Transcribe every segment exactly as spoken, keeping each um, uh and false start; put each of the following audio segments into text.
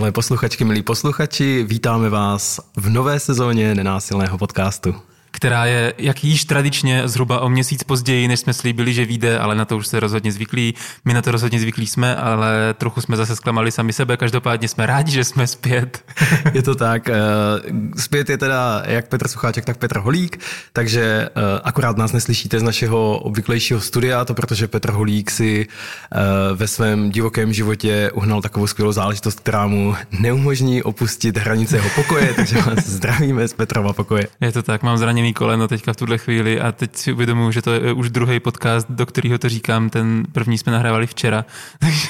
Milé posluchačky, milí posluchači, vítáme vás v nové sezóně Nenásilného podcastu. Která je, jak již tradičně, zhruba o měsíc později, než jsme slíbili, že vyjde, ale na to už se rozhodně zvyklí. My na to rozhodně zvyklí jsme, ale trochu jsme zase zklamali sami sebe. Každopádně jsme rádi, že jsme zpět. Je to tak. Zpět je teda jak Petr Sucháček, tak Petr Holík, takže akorát nás neslyšíte z našeho obvyklejšího studia, to protože Petr Holík si ve svém divokém životě uhnal takovou skvělou záležitost, která mu neumožní opustit hranice jeho pokoje, takže vás zdravíme z Petrova pokoje. Je to tak, mám zraněný koleno teďka v tuhle chvíli a teď si uvědomuji, že to je už druhý podcast, do kterého to říkám, ten první jsme nahrávali včera. Takže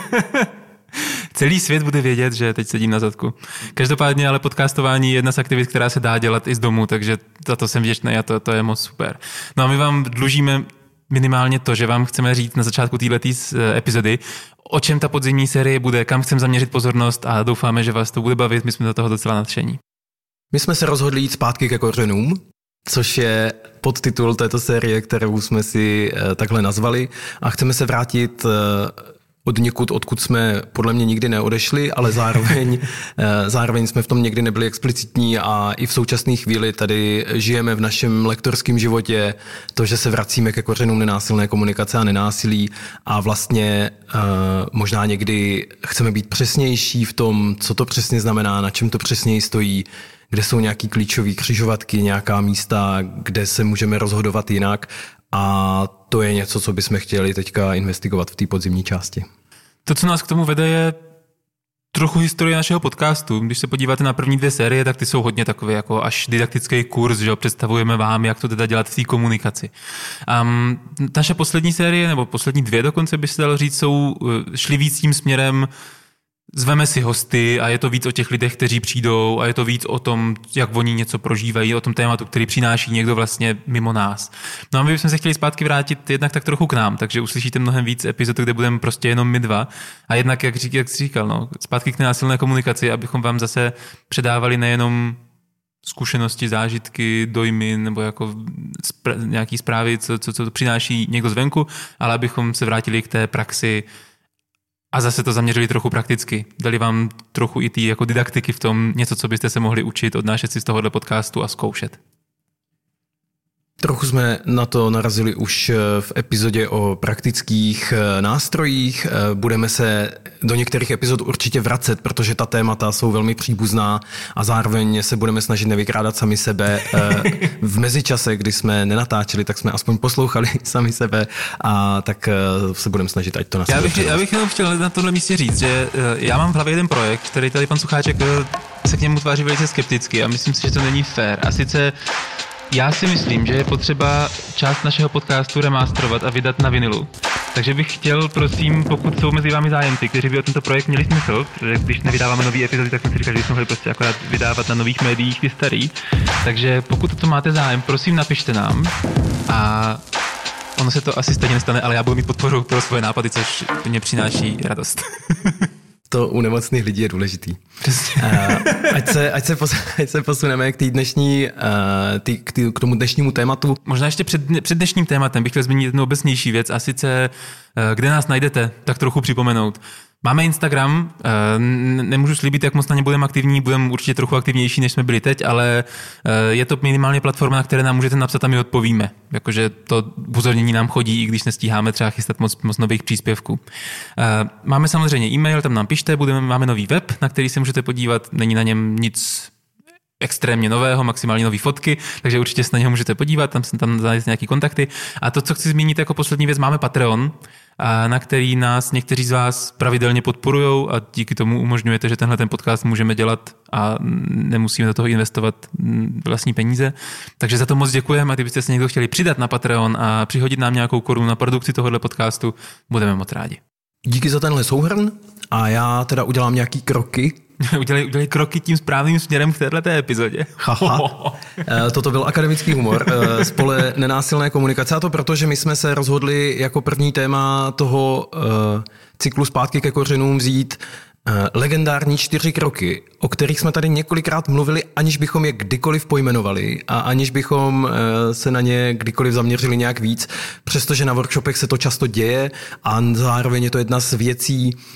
celý svět bude vědět, že teď sedím na zadku. Každopádně ale podcastování je jedna z aktivit, která se dá dělat i z domu, takže za to jsem vděčný a to, to je moc super. No a my vám dlužíme minimálně to, že vám chceme říct na začátku této epizody, o čem ta podzimní série bude, kam chceme zaměřit pozornost a doufáme, že vás to bude bavit, my jsme do toho docela nadšení. My jsme se rozhodli jít zpátky ke kořenům, což je podtitul této série, kterou jsme si takhle nazvali a chceme se vrátit od někud, odkud jsme podle mě nikdy neodešli, ale zároveň, zároveň jsme v tom někdy nebyli explicitní a i v současné chvíli tady žijeme v našem lektorském životě to, že se vracíme ke kořenům nenásilné komunikace a nenásilí a vlastně možná někdy chceme být přesnější v tom, co to přesně znamená, na čem to přesněji stojí, kde jsou nějaký klíčové křižovatky, nějaká místa, kde se můžeme rozhodovat jinak a to je něco, co bychom chtěli teďka investigovat v té podzimní části. To, co nás k tomu vede, je trochu historie našeho podcastu. Když se podíváte na první dvě série, tak ty jsou hodně takové jako až didaktický kurz, že představujeme vám, jak to teda dělat v té komunikaci. Um, naše poslední série, nebo poslední dvě dokonce by se dalo říct, jsou šli víc tím směrem, zveme si hosty a je to víc o těch lidech, kteří přijdou a je to víc o tom, jak oni něco prožívají, o tom tématu, který přináší někdo vlastně mimo nás. No a my bychom se chtěli zpátky vrátit jednak tak trochu k nám, takže uslyšíte mnohem víc epizod, kde budeme prostě jenom my dva a jednak, jak, řík, jak jsi říkal, no, zpátky k nenásilné komunikaci, abychom vám zase předávali nejenom zkušenosti, zážitky, dojmy nebo jako spr- nějaký zprávy, co, co, co to přináší někdo zvenku, ale abychom se vrátili k té praxi a zase to zaměřili trochu prakticky. Dali vám trochu i ty jako didaktiky v tom, něco, co byste se mohli učit, odnášet si z tohohle podcastu a zkoušet. Trochu jsme na to narazili už v epizodě o praktických nástrojích. Budeme se do některých epizod určitě vracet, protože ta témata jsou velmi příbuzná a zároveň se budeme snažit nevykrádat sami sebe. V mezičase, kdy jsme nenatáčeli, tak jsme aspoň poslouchali sami sebe a tak se budeme snažit, ať to na já bych, já bych jenom chtěl na tomhle místě říct, že já mám v hlavě jeden projekt, který tady pan Sucháček se k němu tváří velice skepticky a myslím si, že to není fér. A sice já si myslím, že je potřeba část našeho podcastu remasterovat a vydat na vinilu. Takže bych chtěl, prosím, pokud jsou mezi vámi zájemci, kteří by o tento projekt měli smysl, protože když nevydáváme nový epizody, tak jsme si říkali, že jsme mohli prostě akorát vydávat na nových médiích ty starý. Takže pokud to máte zájem, prosím, napište nám a ono se to asi stejně nestane, ale já budu mít podporu pro svoje nápady, což mě přináší radost. To u nemocných lidí je důležitý. Uh, ať, se, ať, se pos, ať se posuneme k, tý dnešní, uh, tý, k, tý, k tomu dnešnímu tématu. Možná ještě před, před dnešním tématem bych chtěl zmínit jednu obecnější věc a sice, uh, kde nás najdete, tak trochu připomenout. Máme Instagram, nemůžu slíbit, jak moc na ně budeme aktivní, budeme určitě trochu aktivnější, než jsme byli teď, ale je to minimálně platforma, na které nám můžete napsat a my odpovíme. Jakože to upozornění nám chodí, i když nestíháme třeba chystat moc, moc nových příspěvků. Máme samozřejmě e-mail, tam nám pište, budeme, máme nový web, na který se můžete podívat, není na něm nic extrémně nového, maximálně nový fotky, takže určitě se na něho můžete podívat, tam se tam najít nějaký kontakty. A to, co chci zmínit jako poslední věc, máme Patreon, na který nás někteří z vás pravidelně podporujou a díky tomu umožňujete, že tenhle ten podcast můžeme dělat a nemusíme do toho investovat vlastní peníze. Takže za to moc děkujeme a kdybyste se někdo chtěli přidat na Patreon a přihodit nám nějakou korunu na produkci tohohle podcastu, budeme moc rádi. Díky za tenhle souhrn a já teda udělám nějaký kroky. udělej, udělej kroky tím správným směrem v této epizodě. Haha. Toto byl akademický humor z pole nenásilné komunikace a to proto, že my jsme se rozhodli jako první téma toho cyklu Zpátky ke kořenům vzít legendární čtyři kroky, o kterých jsme tady několikrát mluvili, aniž bychom je kdykoliv pojmenovali a aniž bychom se na ně kdykoliv zaměřili nějak víc, přestože na workshopech se to často děje a zároveň je to jedna z věcí,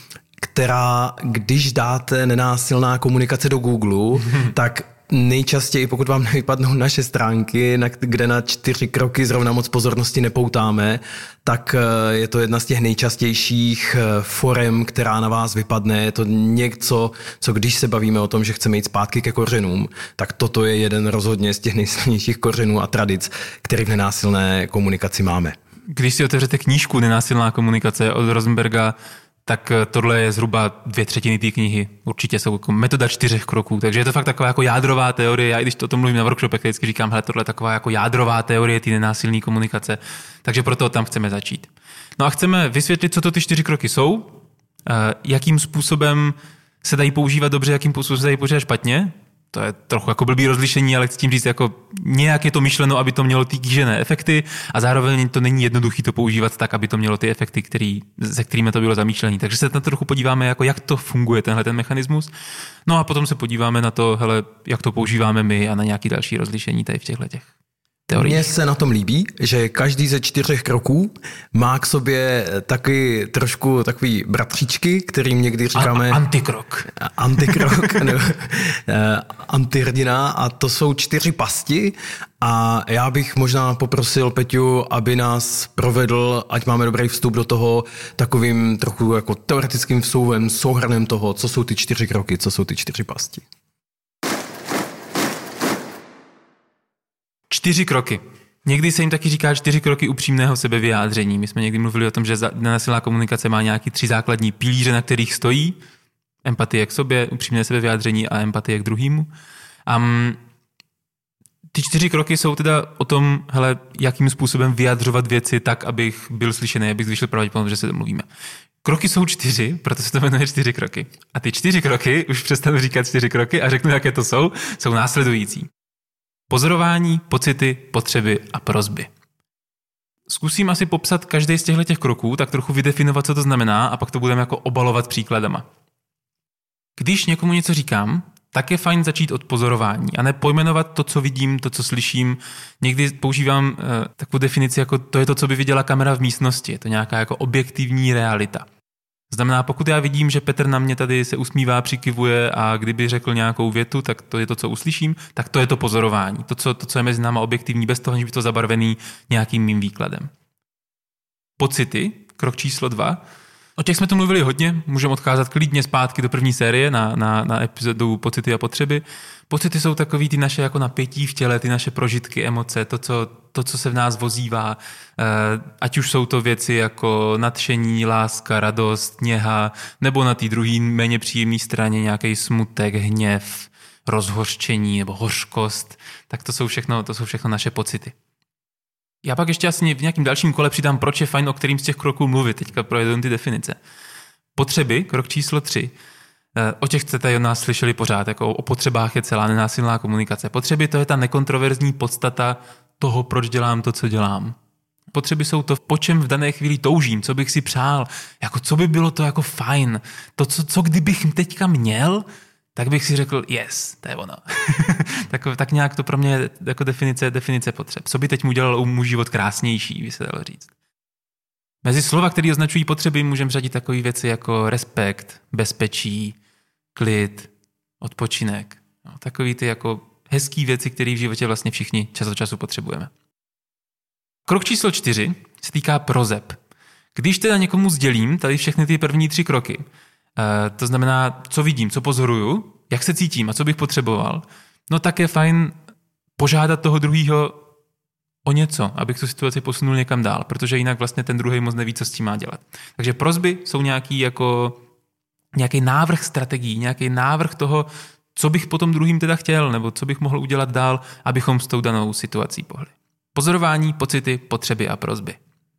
která, když dáte nenásilná komunikace do Google, tak nejčastěji, pokud vám nevypadnou naše stránky, na, kde na čtyři kroky zrovna moc pozornosti nepoutáme, tak je to jedna z těch nejčastějších forem, která na vás vypadne. Je to něco, co když se bavíme o tom, že chceme jít zpátky ke kořenům, tak toto je jeden rozhodně z těch nejsilnějších kořenů a tradic, který v nenásilné komunikaci máme. Když si otevřete knížku Nenásilná komunikace od Rosenberga, tak tohle je zhruba dvě třetiny té knihy. Určitě jsou jako metoda čtyřech kroků. Takže je to fakt taková jako jádrová teorie. Já i když to o tom mluvím na workshopech, vždycky říkám, hele, tohle je taková jako jádrová teorie té nenásilné komunikace. Takže proto tam chceme začít. No a chceme vysvětlit, co to ty čtyři kroky jsou, jakým způsobem se dají používat dobře, jakým způsobem se dají používat špatně. To je trochu jako blbý rozlišení, ale chci tím říct, jako nějak je to myšleno, aby to mělo ty kýžené efekty a zároveň to není jednoduché to používat tak, aby to mělo ty efekty, který, se kterými to bylo zamýšlené. Takže se na to trochu podíváme, jako jak to funguje, tenhle ten mechanismus. No a potom se podíváme na to, hele, jak to používáme my a na nějaké další rozlišení tady v těchto těch teoriích. Mně se na tom líbí, že každý ze čtyřech kroků má k sobě taky trošku takový bratříčky, kterým někdy říkáme... A, antikrok. Antikrok, nebo antihrdina, a to jsou čtyři pasti a já bych možná poprosil Peťu, aby nás provedl, ať máme dobrý vstup do toho, takovým trochu jako teoretickým vstupem, souhrnem toho, co jsou ty čtyři kroky, co jsou ty čtyři pasti. Čtyři kroky. Někdy se jim taky říká čtyři kroky upřímného sebevyjádření. My jsme někdy mluvili o tom, že nenásilná komunikace má nějaký tři základní pilíře, na kterých stojí. Empatie k sobě, upřímné sebevyjádření a empatie k druhému. A ty čtyři kroky jsou teda o tom, hele, jakým způsobem vyjadřovat věci tak, abych byl slyšený, abych zvýšil pravděpodobnost, že se domluvíme. Kroky jsou čtyři, proto se to jmenuje čtyři kroky. A ty čtyři kroky, už přestanu říkat čtyři kroky a řeknu, jaké to jsou, jsou následující. Pozorování, pocity, potřeby a prosby. Zkusím asi popsat každý z těchto kroků, tak trochu vydefinovat, co to znamená a pak to budeme jako obalovat příkladama. Když někomu něco říkám, tak je fajn začít od pozorování a ne pojmenovat to, co vidím, to, co slyším. Někdy používám uh, takovou definici, jako to je to, co by viděla kamera v místnosti. Je to nějaká jako objektivní realita. Znamená, pokud já vidím, že Petr na mě tady se usmívá, přikivuje a kdyby řekl nějakou větu, tak to je to, co uslyším, tak to je to pozorování. To, co, to, co je mezi náma objektivní, bez toho, že by to zabarvený nějakým mým výkladem. Pocity, krok číslo dva. O těch jsme tu mluvili hodně, můžeme odcházet klidně zpátky do první série na, na, na epizodu Pocity a potřeby. Pocity jsou takový ty naše jako napětí v těle, ty naše prožitky, emoce, to, co, to, co se v nás vozívá, ať už jsou to věci jako nadšení, láska, radost, něha, nebo na té druhé méně příjemné straně nějaký smutek, hněv, rozhořčení nebo hořkost, tak to jsou všechno, to jsou všechno naše pocity. Já pak ještě asi v nějakým dalším kole přidám, proč je fajn, o kterým z těch kroků mluvit. Teďka projedu ty definice. Potřeby, krok číslo tři. O těch jste tady od nás slyšeli pořád, jako o potřebách je celá nenásilná komunikace. Potřeby, to je ta nekontroverzní podstata toho, proč dělám to, co dělám. Potřeby jsou to, po čem v dané chvíli toužím, co bych si přál, jako co by bylo to jako fajn. To, co, co kdybych teďka měl, tak bych si řekl, yes, to je ono. tak, tak nějak to pro mě je jako definice, definice potřeb. Co by teď mu dělalo můj život krásnější, by se dalo říct. Mezi slova, které označují potřeby, můžeme řadit takové věci jako respekt, bezpečí, klid, odpočinek. No, takový ty jako hezký věci, které v životě vlastně všichni čas od času potřebujeme. Krok číslo čtyři se týká proseb. Když teda někomu sdělím tady všechny ty první tři kroky, to znamená, co vidím, co pozoruju, jak se cítím a co bych potřeboval, no tak je fajn požádat toho druhého o něco, abych tu situaci posunul někam dál, protože jinak vlastně ten druhý moc neví, co s tím má dělat. Takže prosby jsou nějaký jako nějaký návrh strategií, nějaký návrh toho, co bych potom druhým teda chtěl, nebo co bych mohl udělat dál, abychom s tou danou situací pohli. Pozorování, pocity, potřeby a prosby.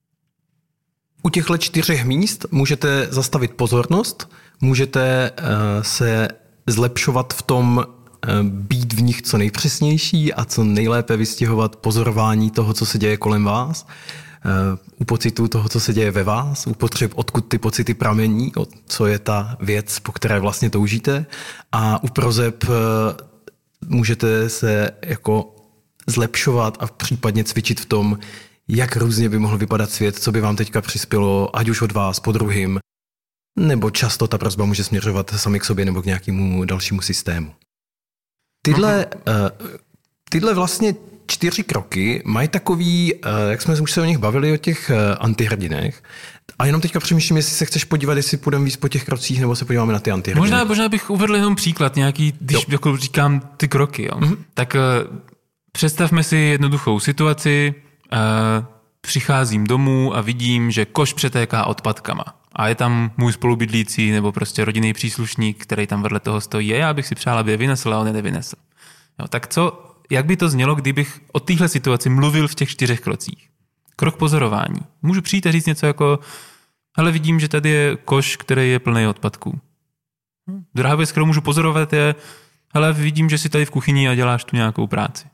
U těchto čtyřech míst můžete zastavit pozornost, můžete uh, se zlepšovat v tom, uh, být v nich co nejpřesnější a co nejlépe vystihovat pozorování toho, co se děje kolem vás, uh, u pocitů toho, co se děje ve vás, u potřeb, odkud ty pocity pramení, co je ta věc, po které vlastně toužíte, a u proseb uh, můžete se jako zlepšovat a případně cvičit v tom, jak různě by mohl vypadat svět, co by vám teďka přispělo, ať už od vás, po druhým. nebo často ta prosba může směřovat sami k sobě nebo k nějakému dalšímu systému. Tyhle, uh, tyhle vlastně čtyři kroky mají takový, uh, jak jsme už se o nich bavili, o těch uh, antihrdinech. A jenom teďka přemýšlím, jestli se chceš podívat, jestli půjdeme víc po těch krocích, nebo se podíváme na ty antihrdiny. Možná, možná bych uvedl jenom příklad nějaký, když jako říkám ty kroky. Jo. Mm-hmm. Tak uh, představme si jednoduchou situaci, uh, přicházím domů a vidím, že koš přetéká odpadkama. A je tam můj spolubydlící nebo prostě rodinný příslušník, který tam vedle toho stojí. A já bych si přál, aby je vynesl, a on je nevynesl. Jo, tak co, jak by to znělo, kdybych o téhle situaci mluvil v těch čtyřech krocích? Krok pozorování. Můžu přijít a říct něco jako, hele, vidím, že tady je koš, který je plný odpadků. Druhá věc, kterou můžu pozorovat, je, hele, vidím, že jsi tady v kuchyni a děláš tu nějakou práci.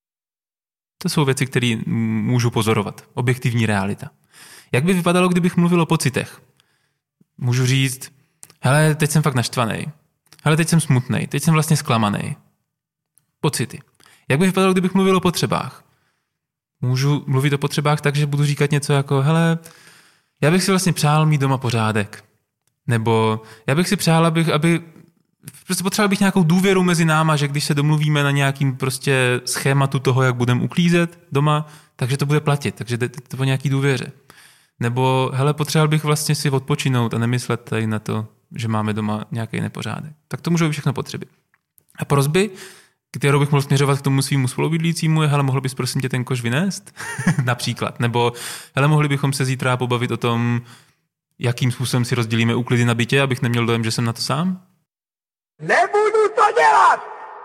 To jsou věci, které můžu pozorovat. Objektivní realita. Jak by vypadalo, kdybych mluvil o pocitech? Můžu říct, hele, teď jsem fakt naštvaný. Hele, teď jsem smutnej. Teď jsem vlastně zklamaný. Pocity. Jak by vypadalo, kdybych mluvil o potřebách? Můžu mluvit o potřebách tak, že budu říkat něco jako, hele, já bych si vlastně přál mít doma pořádek. Nebo já bych si přál, abych, aby prostě potřeboval bych nějakou důvěru mezi náma, že když se domluvíme na nějakým prostě schématu toho, jak budeme uklízet doma, takže to bude platit, takže to, to o nějaký důvěře. Nebo hele, potřeboval bych vlastně si odpočinout a nemyslet tady na to, že máme doma nějaký nepořádek. Tak to můžou být všechno potřeby. A prosby, kterou bych mohl směřovat k tomu svýmu spolubydlícímu, je, hele, mohl bys prosím tě ten koš vynést? Například. Nebo hele, mohli bychom se zítra pobavit o tom, jakým způsobem si rozdělíme úklidy na bytě, abych neměl dojem, že jsem na to sám? Nebudu to dělat!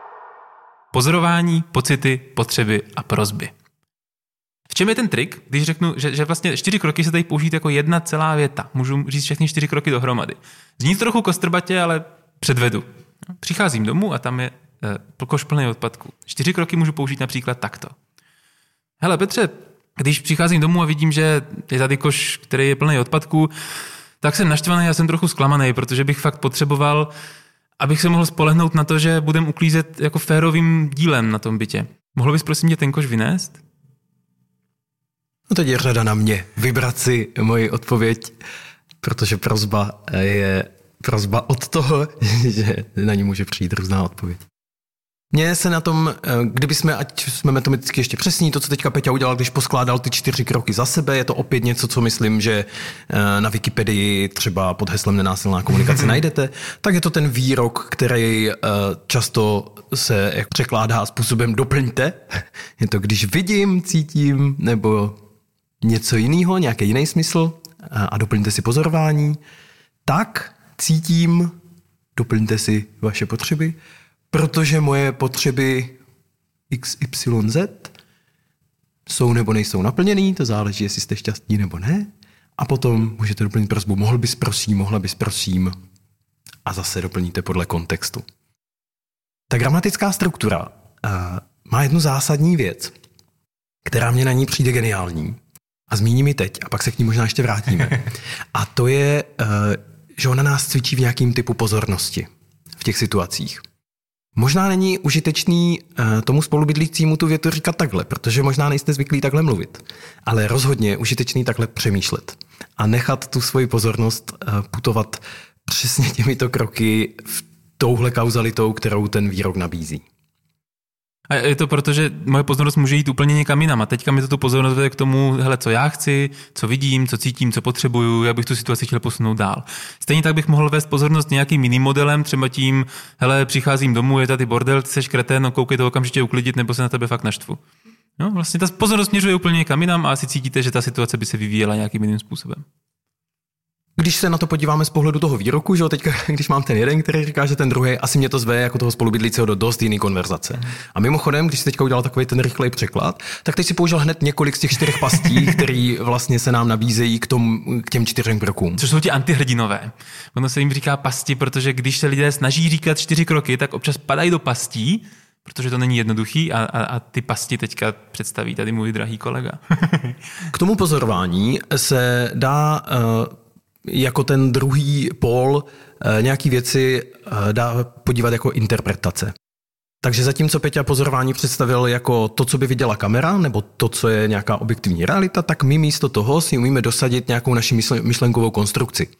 Pozorování, pocity, potřeby a prosby. V čem je ten trik, když řeknu, že, že vlastně čtyři kroky se tady použít jako jedna celá věta. Můžu říct všechny čtyři kroky dohromady. Zní to trochu kostrbatě, ale předvedu. Přicházím domů a tam je eh, koš plný odpadků. Čtyři kroky můžu použít například takto. Hele Petře, když přicházím domů a vidím, že je tady koš, který je plný odpadků, tak jsem naštvaný a jsem trochu zklamaný, protože bych fakt potřeboval, abych se mohl spolehnout na to, že budem uklízet jako férovým dílem na tom bytě. Mohl bys prosím tě ten koš vynést? No teď je řada na mě vybrat si moji odpověď, protože prosba je prosba od toho, že na ní může přijít různá odpověď. Mně se na tom, kdyby jsme, ať jsme metodicky ještě přesní, to, co teďka Peťa udělal, když poskládal ty čtyři kroky za sebe, je to opět něco, co myslím, že na Wikipedii třeba pod heslem nenásilná komunikace najdete, tak je to ten výrok, který často se překládá způsobem doplňte. Je to, když vidím, cítím, nebo něco jiného, nějaký jiný smysl a doplňte si pozorování, tak cítím, doplňte si vaše potřeby, protože moje potřeby X Y Z jsou nebo nejsou naplněný, to záleží, jestli jste šťastní nebo ne. A potom můžete doplnit prosbu, mohl bys prosím, mohla bys prosím. A zase doplníte podle kontextu. Ta gramatická struktura uh, má jednu zásadní věc, která mě na ní přijde geniální. A zmíním ji teď, a pak se k ní možná ještě vrátíme. A to je, uh, že ona nás cvičí v nějakým typu pozornosti v těch situacích. Možná není užitečný uh, tomu spolubydlícímu tu větu říkat takhle, protože možná nejste zvyklí takhle mluvit. Ale rozhodně je užitečný takhle přemýšlet. A nechat tu svoji pozornost uh, putovat přesně těmito kroky v touhle kauzalitou, kterou ten výrok nabízí. A je to proto, že moje pozornost může jít úplně někam jinam. A teďka mi to tu pozornost vede k tomu, hele, co já chci, co vidím, co cítím, co potřebuju, jak bych tu situaci chtěl posunout dál. Stejně tak bych mohl vést pozornost nějakým jiným modelem, třeba tím, hele, přicházím domů, je tady bordel, ty seš kretén, no koukej to okamžitě uklidit, nebo se na tebe fakt naštvu. No, vlastně ta pozornost směřuje úplně někam jinam a asi cítíte, že ta situace by se vyvíjela nějakým jiným způsobem. Když se na to podíváme z pohledu toho výroku, že jo, teďka, když mám ten jeden, který říká, že ten druhý, asi mě to zve jako toho spolubydlícího do dost jiný konverzace. A mimochodem, když si teďka udělal takový ten rychlej překlad, tak teď si použil hned několik z těch čtyřech pastí, které vlastně se nám nabízejí k, tom, k těm čtyřem krokům. Což jsou ti antihrdinové. Ono se jim říká pasti, protože když se lidé snaží říkat čtyři kroky, tak občas padají do pastí, protože to není jednoduchý a, a, a ty pasti teďka představí tady můj drahý kolega. K tomu pozorování se dá uh, jako ten druhý pól nějaký věci dá podívat jako interpretace. Takže zatímco Peťa pozorování představil jako to, co by viděla kamera, nebo to, co je nějaká objektivní realita, tak my místo toho si umíme dosadit nějakou naši myšlenkovou konstrukci.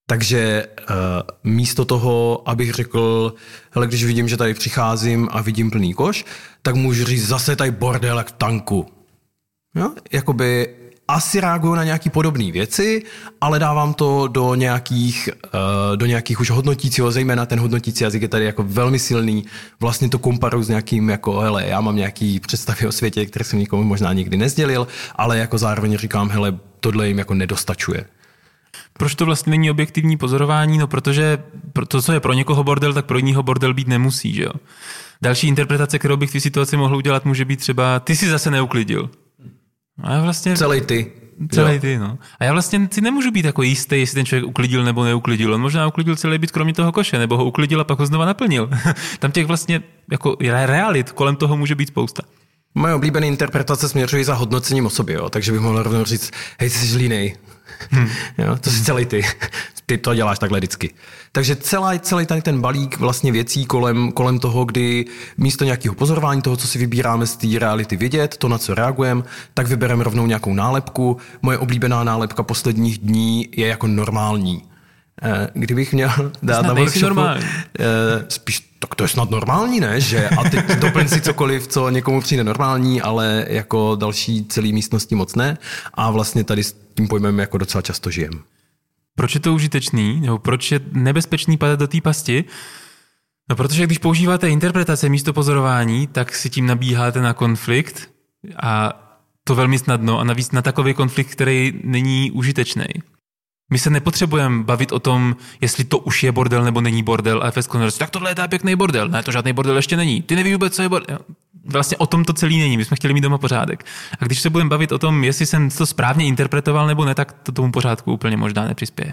Takže uh, místo toho, abych řekl, hele, když vidím, že tady přicházím a vidím plný koš, tak můžu říct zase tady bordel jak v tanku. Jo? Jakoby asi reaguju na nějaké podobné věci, ale dávám to do nějakých, uh, do nějakých už hodnotícího, zejména ten hodnotící jazyk je tady jako velmi silný. Vlastně to komparuju s nějakým, jako hele, já mám nějaký představy o světě, které jsem nikomu možná nikdy nezdělil, ale jako zároveň říkám, hele, tohle jim jako nedostačuje. Proč to vlastně není objektivní pozorování? No protože to, co je pro někoho bordel, tak pro jiného bordel být nemusí, že jo? Další interpretace, kterou bych v té situaci mohl udělat, může být třeba, ty si zase neuklidil. A já vlastně... Celý ty. Celý jo. ty, no. A já vlastně si nemůžu být jako jistý, jestli ten člověk uklidil nebo neuklidil. On možná uklidil celý byt kromě toho koše, nebo ho uklidil a pak ho znova naplnil. Tam těch vlastně jako realit kolem toho může být spousta. Moje oblíbené interpretace směřují za hodnocením osoby, jo? Takže bych mohl rovnou říct, hej, ty jsi línej. Hmm. Jo? To jsi celý ty. Ty to děláš takhle vždycky. Takže celý, celý tady ten balík vlastně věcí kolem, kolem toho, kdy místo nějakého pozorování toho, co si vybíráme z té reality vidět, to, na co reagujeme, tak vybereme rovnou nějakou nálepku. Moje oblíbená nálepka posledních dní je jako normální. Kdybych měl dát na workshopu, spíš tak to je snad normální, ne? Že? A teď doplň si cokoliv, co někomu přijde normální, ale jako další celý místnosti moc ne. A vlastně tady s tím pojmem jako docela často žijem. Proč je to užitečný? Nebo proč je nebezpečný padat do té pasti? No protože když používáte interpretace místo pozorování, tak si tím nabíháte na konflikt a to velmi snadno a navíc na takový konflikt, který není užitečný. My se nepotřebujeme bavit o tom, jestli to už je bordel nebo není bordel a F S konverz, tak tohle je ta pěkný bordel. Ne, to žádný bordel ještě není. Ty nevíš vůbec, co je bordel. Vlastně o tom to celý není. My jsme chtěli mít doma pořádek. A když se budeme bavit o tom, jestli jsem to správně interpretoval nebo ne, tak to tomu pořádku úplně možná nepřispěje.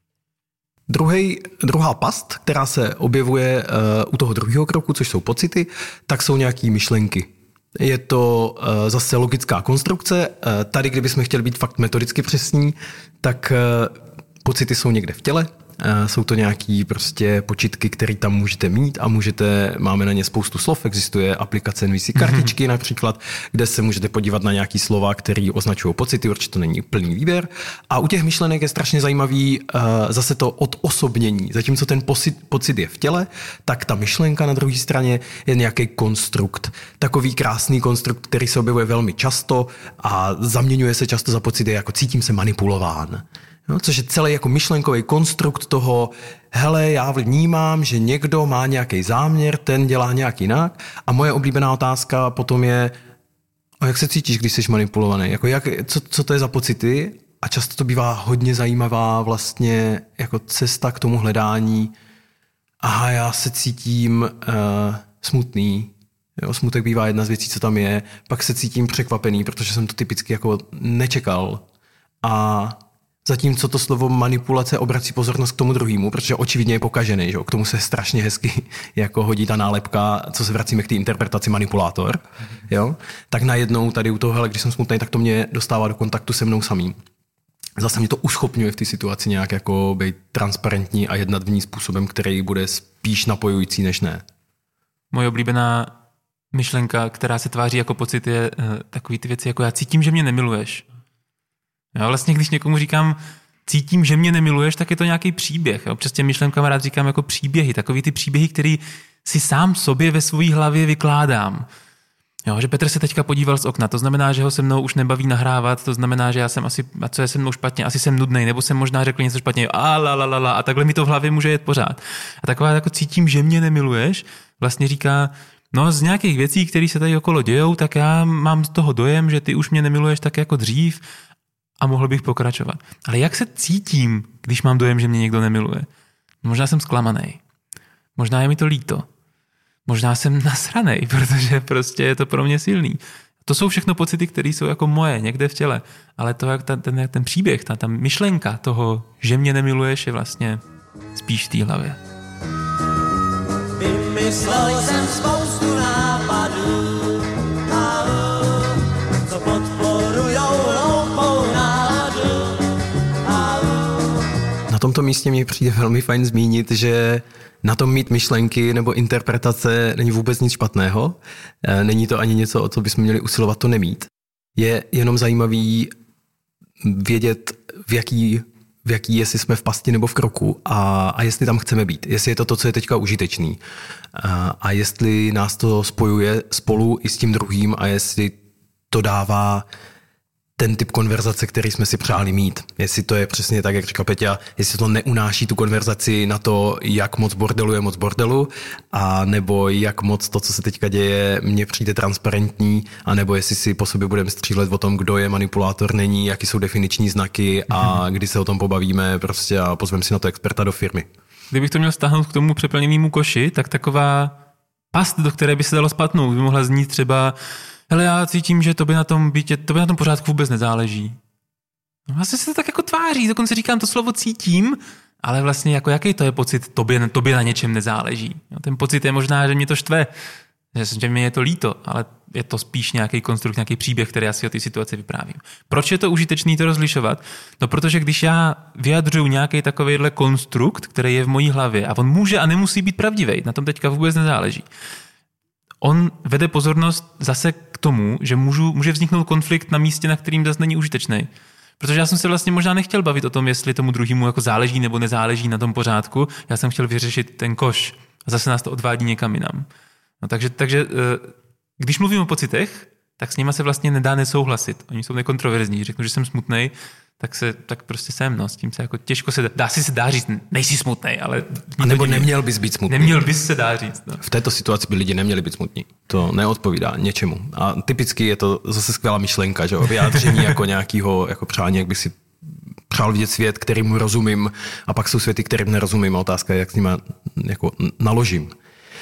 Druhý, druhá past, která se objevuje uh, u toho druhého kroku, což jsou pocity, tak jsou nějaké myšlenky. Je to uh, zase logická konstrukce. Uh, tady, kdybychom chtěli být fakt metodicky přesní, tak uh, pocity jsou někde v těle. Uh, jsou to nějaký prostě počitky, které tam můžete mít a můžete, máme na ně spoustu slov. Existuje aplikace N V C kartičky mm-hmm. například, kde se můžete podívat na nějaký slova, které označují pocity, určitě to není plný výběr. A u těch myšlenek je strašně zajímavý uh, zase to odosobnění. Zatímco ten pocit, pocit je v těle, tak ta myšlenka na druhé straně je nějaký konstrukt. Takový krásný konstrukt, který se objevuje velmi často a zaměňuje se často za pocity jako cítím se manipulován. No, což je celý jako myšlenkový konstrukt toho, hele, já vnímám, že někdo má nějaký záměr, ten dělá nějak jinak a moje oblíbená otázka potom je, a jak se cítíš, když jsi manipulovaný? Jako jak, co, co to je za pocity? A často to bývá hodně zajímavá vlastně jako cesta k tomu hledání. Aha, já se cítím uh, smutný. Jo, smutek bývá jedna z věcí, co tam je. Pak se cítím překvapený, protože jsem to typicky jako nečekal. A zatímco to slovo manipulace obrací pozornost k tomu druhému, protože očividně je pokažený, že? K tomu se strašně hezky jako hodí ta nálepka, co se vracíme k té interpretaci manipulátor, jo? Tak najednou tady u toho, hele, když jsem smutný, tak to mě dostává do kontaktu se mnou samým. Zase mě to uschopňuje v té situaci nějak jako být transparentní a jednat v ní způsobem, který bude spíš napojující než ne. Moje oblíbená myšlenka, která se tváří jako pocit, je uh, takový ty věci, jako já cítím, že mě nemiluješ. Já vlastně, když někomu říkám, cítím, že mě nemiluješ, tak je to nějaký příběh. Občas těm myšlenkám rád říkám jako příběhy. Takový ty příběhy, který si sám sobě ve své hlavě vykládám. Jo, že Petr se teďka podíval z okna, to znamená, že ho se mnou už nebaví nahrávat, to znamená, že já jsem asi, a co je se mnou špatně, asi jsem nudnej, nebo jsem možná řekl něco špatně, a la, la, la, la, a takhle mi to v hlavě může jet pořád. A taková jako cítím, že mě nemiluješ, vlastně říká, no z nějakých věcí, které se tady okolo dějou, tak já mám z toho dojem, že ty už mě nemiluješ tak jako dřív, a mohl bych pokračovat. Ale jak se cítím, když mám dojem, že mě někdo nemiluje? Možná jsem zklamaný. Možná je mi to líto. Možná jsem nasranej, protože prostě je to pro mě silný. To jsou všechno pocity, které jsou jako moje, někde v těle. Ale to, jak ten, ten, ten příběh, ta, ta myšlenka toho, že mě nemiluješ, je vlastně spíš v té hlavě. Vymyslel jsem spoustu nápadů, co podporujou hloupou náladu. Na tomto místě mi přijde velmi fajn zmínit, že na tom mít myšlenky nebo interpretace není vůbec nic špatného. Není to ani něco, o co bychom měli usilovat to nemít. Je jenom zajímavý vědět, v jaký v jaký, jestli jsme v pasti nebo v kroku a, a jestli tam chceme být. Jestli je to to, co je teďka užitečný. A, a jestli nás to spojuje spolu i s tím druhým a jestli to dává ten typ konverzace, který jsme si přáli mít. Jestli to je přesně tak, jak říká Peťa, jestli to neunáší tu konverzaci na to, jak moc bordelu je moc bordelu, a nebo jak moc to, co se teďka děje, mně přijde transparentní, a nebo jestli si po sobě budeme střílet o tom, kdo je manipulátor, není, jaký jsou definiční znaky a kdy se o tom pobavíme prostě a pozveme si na to experta do firmy. Kdybych to měl stáhnout k tomu přeplněnému koši, tak taková past, do které by se dalo spatnout, by mohla znít třeba: hele, já cítím, že to by na tom bytě, to by na tom pořádku vůbec nezáleží. No, vlastně se to tak jako tváří, dokonce říkám to slovo cítím, ale vlastně jako jaký to je pocit, tobě, tobě na něčem nezáleží. No, ten pocit je možná, že mě to štve, že mě je to líto, ale je to spíš nějaký konstrukt, nějaký příběh, který já si o té situaci vyprávím. Proč je to užitečný to rozlišovat? No, protože když já vyjadřuju nějaký takovýhle konstrukt, který je v mojí hlavě, a on může a nemusí být pravdivý, na tom teďka vůbec nezáleží, on vede pozornost zase k tomu, že můžu, může vzniknout konflikt na místě, na kterým zase není užitečný. Protože já jsem se vlastně možná nechtěl bavit o tom, jestli tomu druhému jako záleží nebo nezáleží na tom pořádku. Já jsem chtěl vyřešit ten koš a zase nás to odvádí někam jinam. No, takže, takže když mluvím o pocitech, tak s nima se vlastně nedá nesouhlasit. Oni jsou nekontroverzní. Řeknu, že jsem smutnej, tak se tak prostě jsem, no, s tím se jako těžko se dá, dá si se dá říct, nejsi smutnej, ale... A nebo neměl bys být smutný. Neměl bys se dá říct, no. V této situaci by lidi neměli být smutní. To neodpovídá něčemu. A typicky je to zase skvělá myšlenka, že o vyjádření jako nějakého jako přání, jak by si přál vidět svět, kterým rozumím, a pak jsou světy, kterým nerozumím, a otázka je, jak s nimi jako naložím.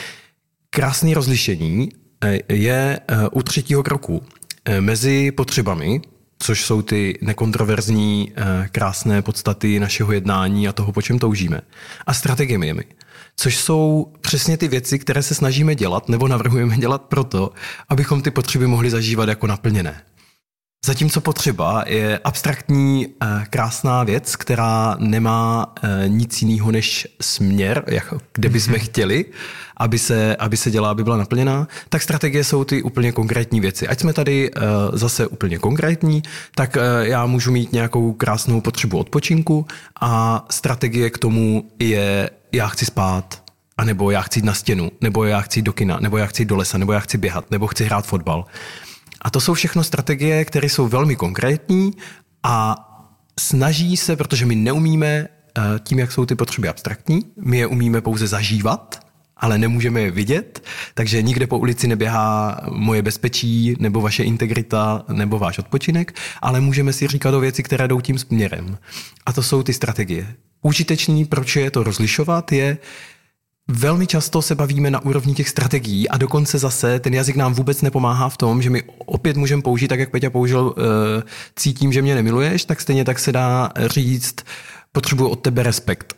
Krásné rozlišení je u třetího kroku mezi potřebami, což jsou ty nekontroverzní, krásné podstaty našeho jednání a toho, po čem toužíme, a strategiemi, což jsou přesně ty věci, které se snažíme dělat nebo navrhujeme dělat proto, abychom ty potřeby mohli zažívat jako naplněné. Zatímco potřeba je abstraktní, krásná věc, která nemá nic jiného než směr, kde bychom chtěli, aby se, aby se dělala, aby byla naplněná, tak strategie jsou ty úplně konkrétní věci. Ať jsme tady zase úplně konkrétní, tak já můžu mít nějakou krásnou potřebu odpočinku a strategie k tomu je: já chci spát, anebo já chci jít na stěnu, nebo já chci jít do kina, nebo já chci jít do lesa, nebo já chci běhat, nebo chci hrát fotbal. A to jsou všechno strategie, které jsou velmi konkrétní a snaží se, protože my neumíme tím, jak jsou ty potřeby abstraktní, my je umíme pouze zažívat, ale nemůžeme je vidět, takže nikde po ulici neběhá moje bezpečí, nebo vaše integrita, nebo váš odpočinek, ale můžeme si říkat o věci, které jdou tím směrem. A to jsou ty strategie. Užitečný, proč je to rozlišovat, je: velmi často se bavíme na úrovni těch strategií a dokonce zase ten jazyk nám vůbec nepomáhá v tom, že my opět můžeme použít, tak jak Peťa použil, cítím, že mě nemiluješ, tak stejně tak se dá říct: potřebuji od tebe respekt.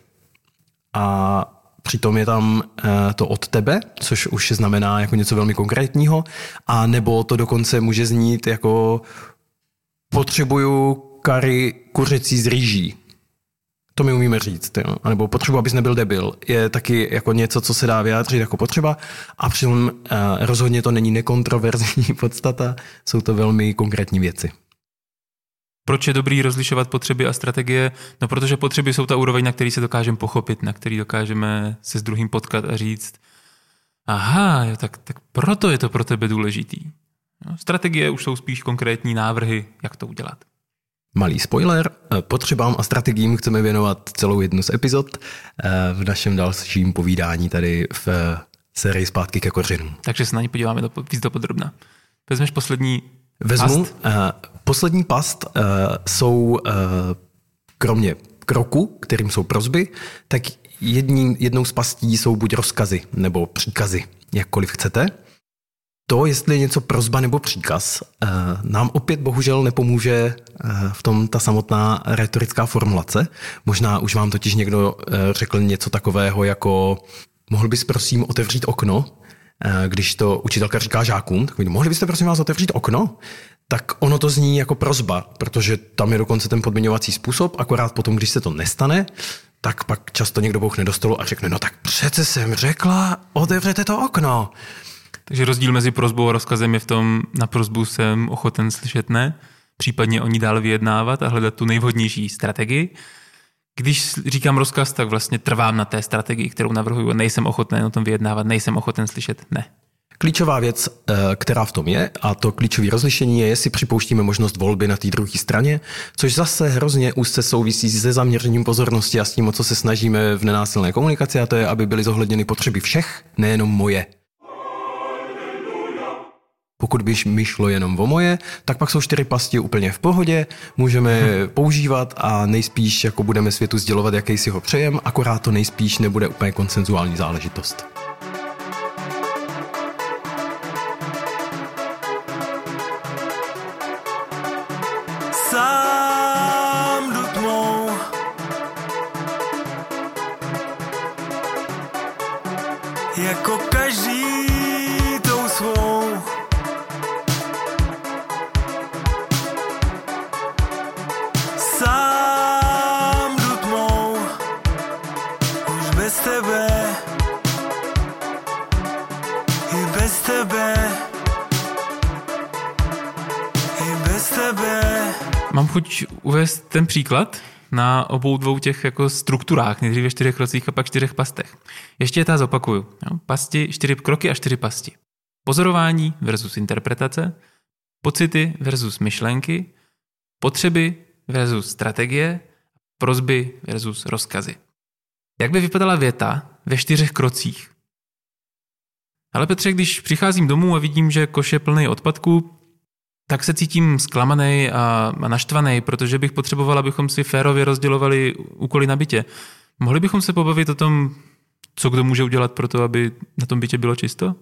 A přitom je tam to od tebe, což už znamená jako něco velmi konkrétního, a nebo to dokonce může znít jako: potřebuju kary kuřecí z rýží. To my umíme říct, jo. A nebo potřebu, abys nebyl debil, je taky jako něco, co se dá vyjádřit jako potřeba, a přitom uh, rozhodně to není nekontroverzní podstata, jsou to velmi konkrétní věci. Proč je dobrý rozlišovat potřeby a strategie? No, protože potřeby jsou ta úroveň, na který se dokážeme pochopit, na který dokážeme se s druhým potkat a říct: aha, jo, tak, tak proto je to pro tebe důležitý. No, strategie už jsou spíš konkrétní návrhy, jak to udělat. Malý spoiler, potřebám a strategiím chceme věnovat celou jednu z epizod v našem dalším povídání tady v sérii Zpátky ke kořenům. Takže se na ně podíváme do, víc dopodrobna. Vezmeš poslední Vezmu. past? Uh, poslední past uh, jsou uh, kromě kroku, kterým jsou prosby, tak jedním, jednou z pastí jsou buď rozkazy nebo příkazy, jakkoliv chcete. To, jestli je něco prosba nebo příkaz, nám opět bohužel nepomůže v tom ta samotná retorická formulace. Možná už vám totiž někdo řekl něco takového jako: mohl bys prosím otevřít okno, když to učitelka říká žákům, tak mohli byste prosím vás otevřít okno? Tak ono to zní jako prosba, protože tam je dokonce ten podmiňovací způsob, akorát potom, když se to nestane, tak pak často někdo bouchne do stolu a řekne: no tak přece jsem řekla, otevřete to okno. Takže rozdíl mezi prosbou a rozkazem je v tom: na prosbu jsem ochoten slyšet ne, případně o ní dál vyjednávat a hledat tu nejvhodnější strategii. Když říkám rozkaz, tak vlastně trvám na té strategii, kterou navrhuju. Nejsem ochoten o tom vyjednávat, nejsem ochoten slyšet ne. Klíčová věc, která v tom je, a to klíčové rozlišení je, jestli připouštíme možnost volby na té druhé straně, což zase hrozně úzce souvisí se zaměřením pozornosti a s tím, o co se snažíme v nenásilné komunikaci, a to je, aby byly zohledněny potřeby všech, nejenom moje. Pokud by mi šlo jenom o moje, tak pak jsou čtyři pasti úplně v pohodě, můžeme hmm. používat a nejspíš jako budeme světu sdělovat, jaký si ho přejem, akorát to nejspíš nebude úplně konsenzuální záležitost. Sám jdu tmou, jako každý tou svou. Sám jdu tmou, už bez tebe, i bez tebe, i bez tebe. Mám chuť uvést ten příklad na obou dvou těch jako strukturách, nejdříve čtyřech krocích a pak čtyřech pastech. Ještě je ta zopakuju. Jo? Pasti, čtyři kroky a čtyři pasti. Pozorování versus interpretace, pocity versus myšlenky, potřeby versus strategie, prosby versus rozkazy. Jak by vypadala věta ve čtyřech krocích? Ale Petře, když přicházím domů a vidím, že koš je plný odpadků, tak se cítím zklamanej a naštvanej, protože bych potřeboval, abychom si férově rozdělovali úkoly na bytě. Mohli bychom se pobavit o tom, co kdo může udělat pro to, aby na tom bytě bylo čisto?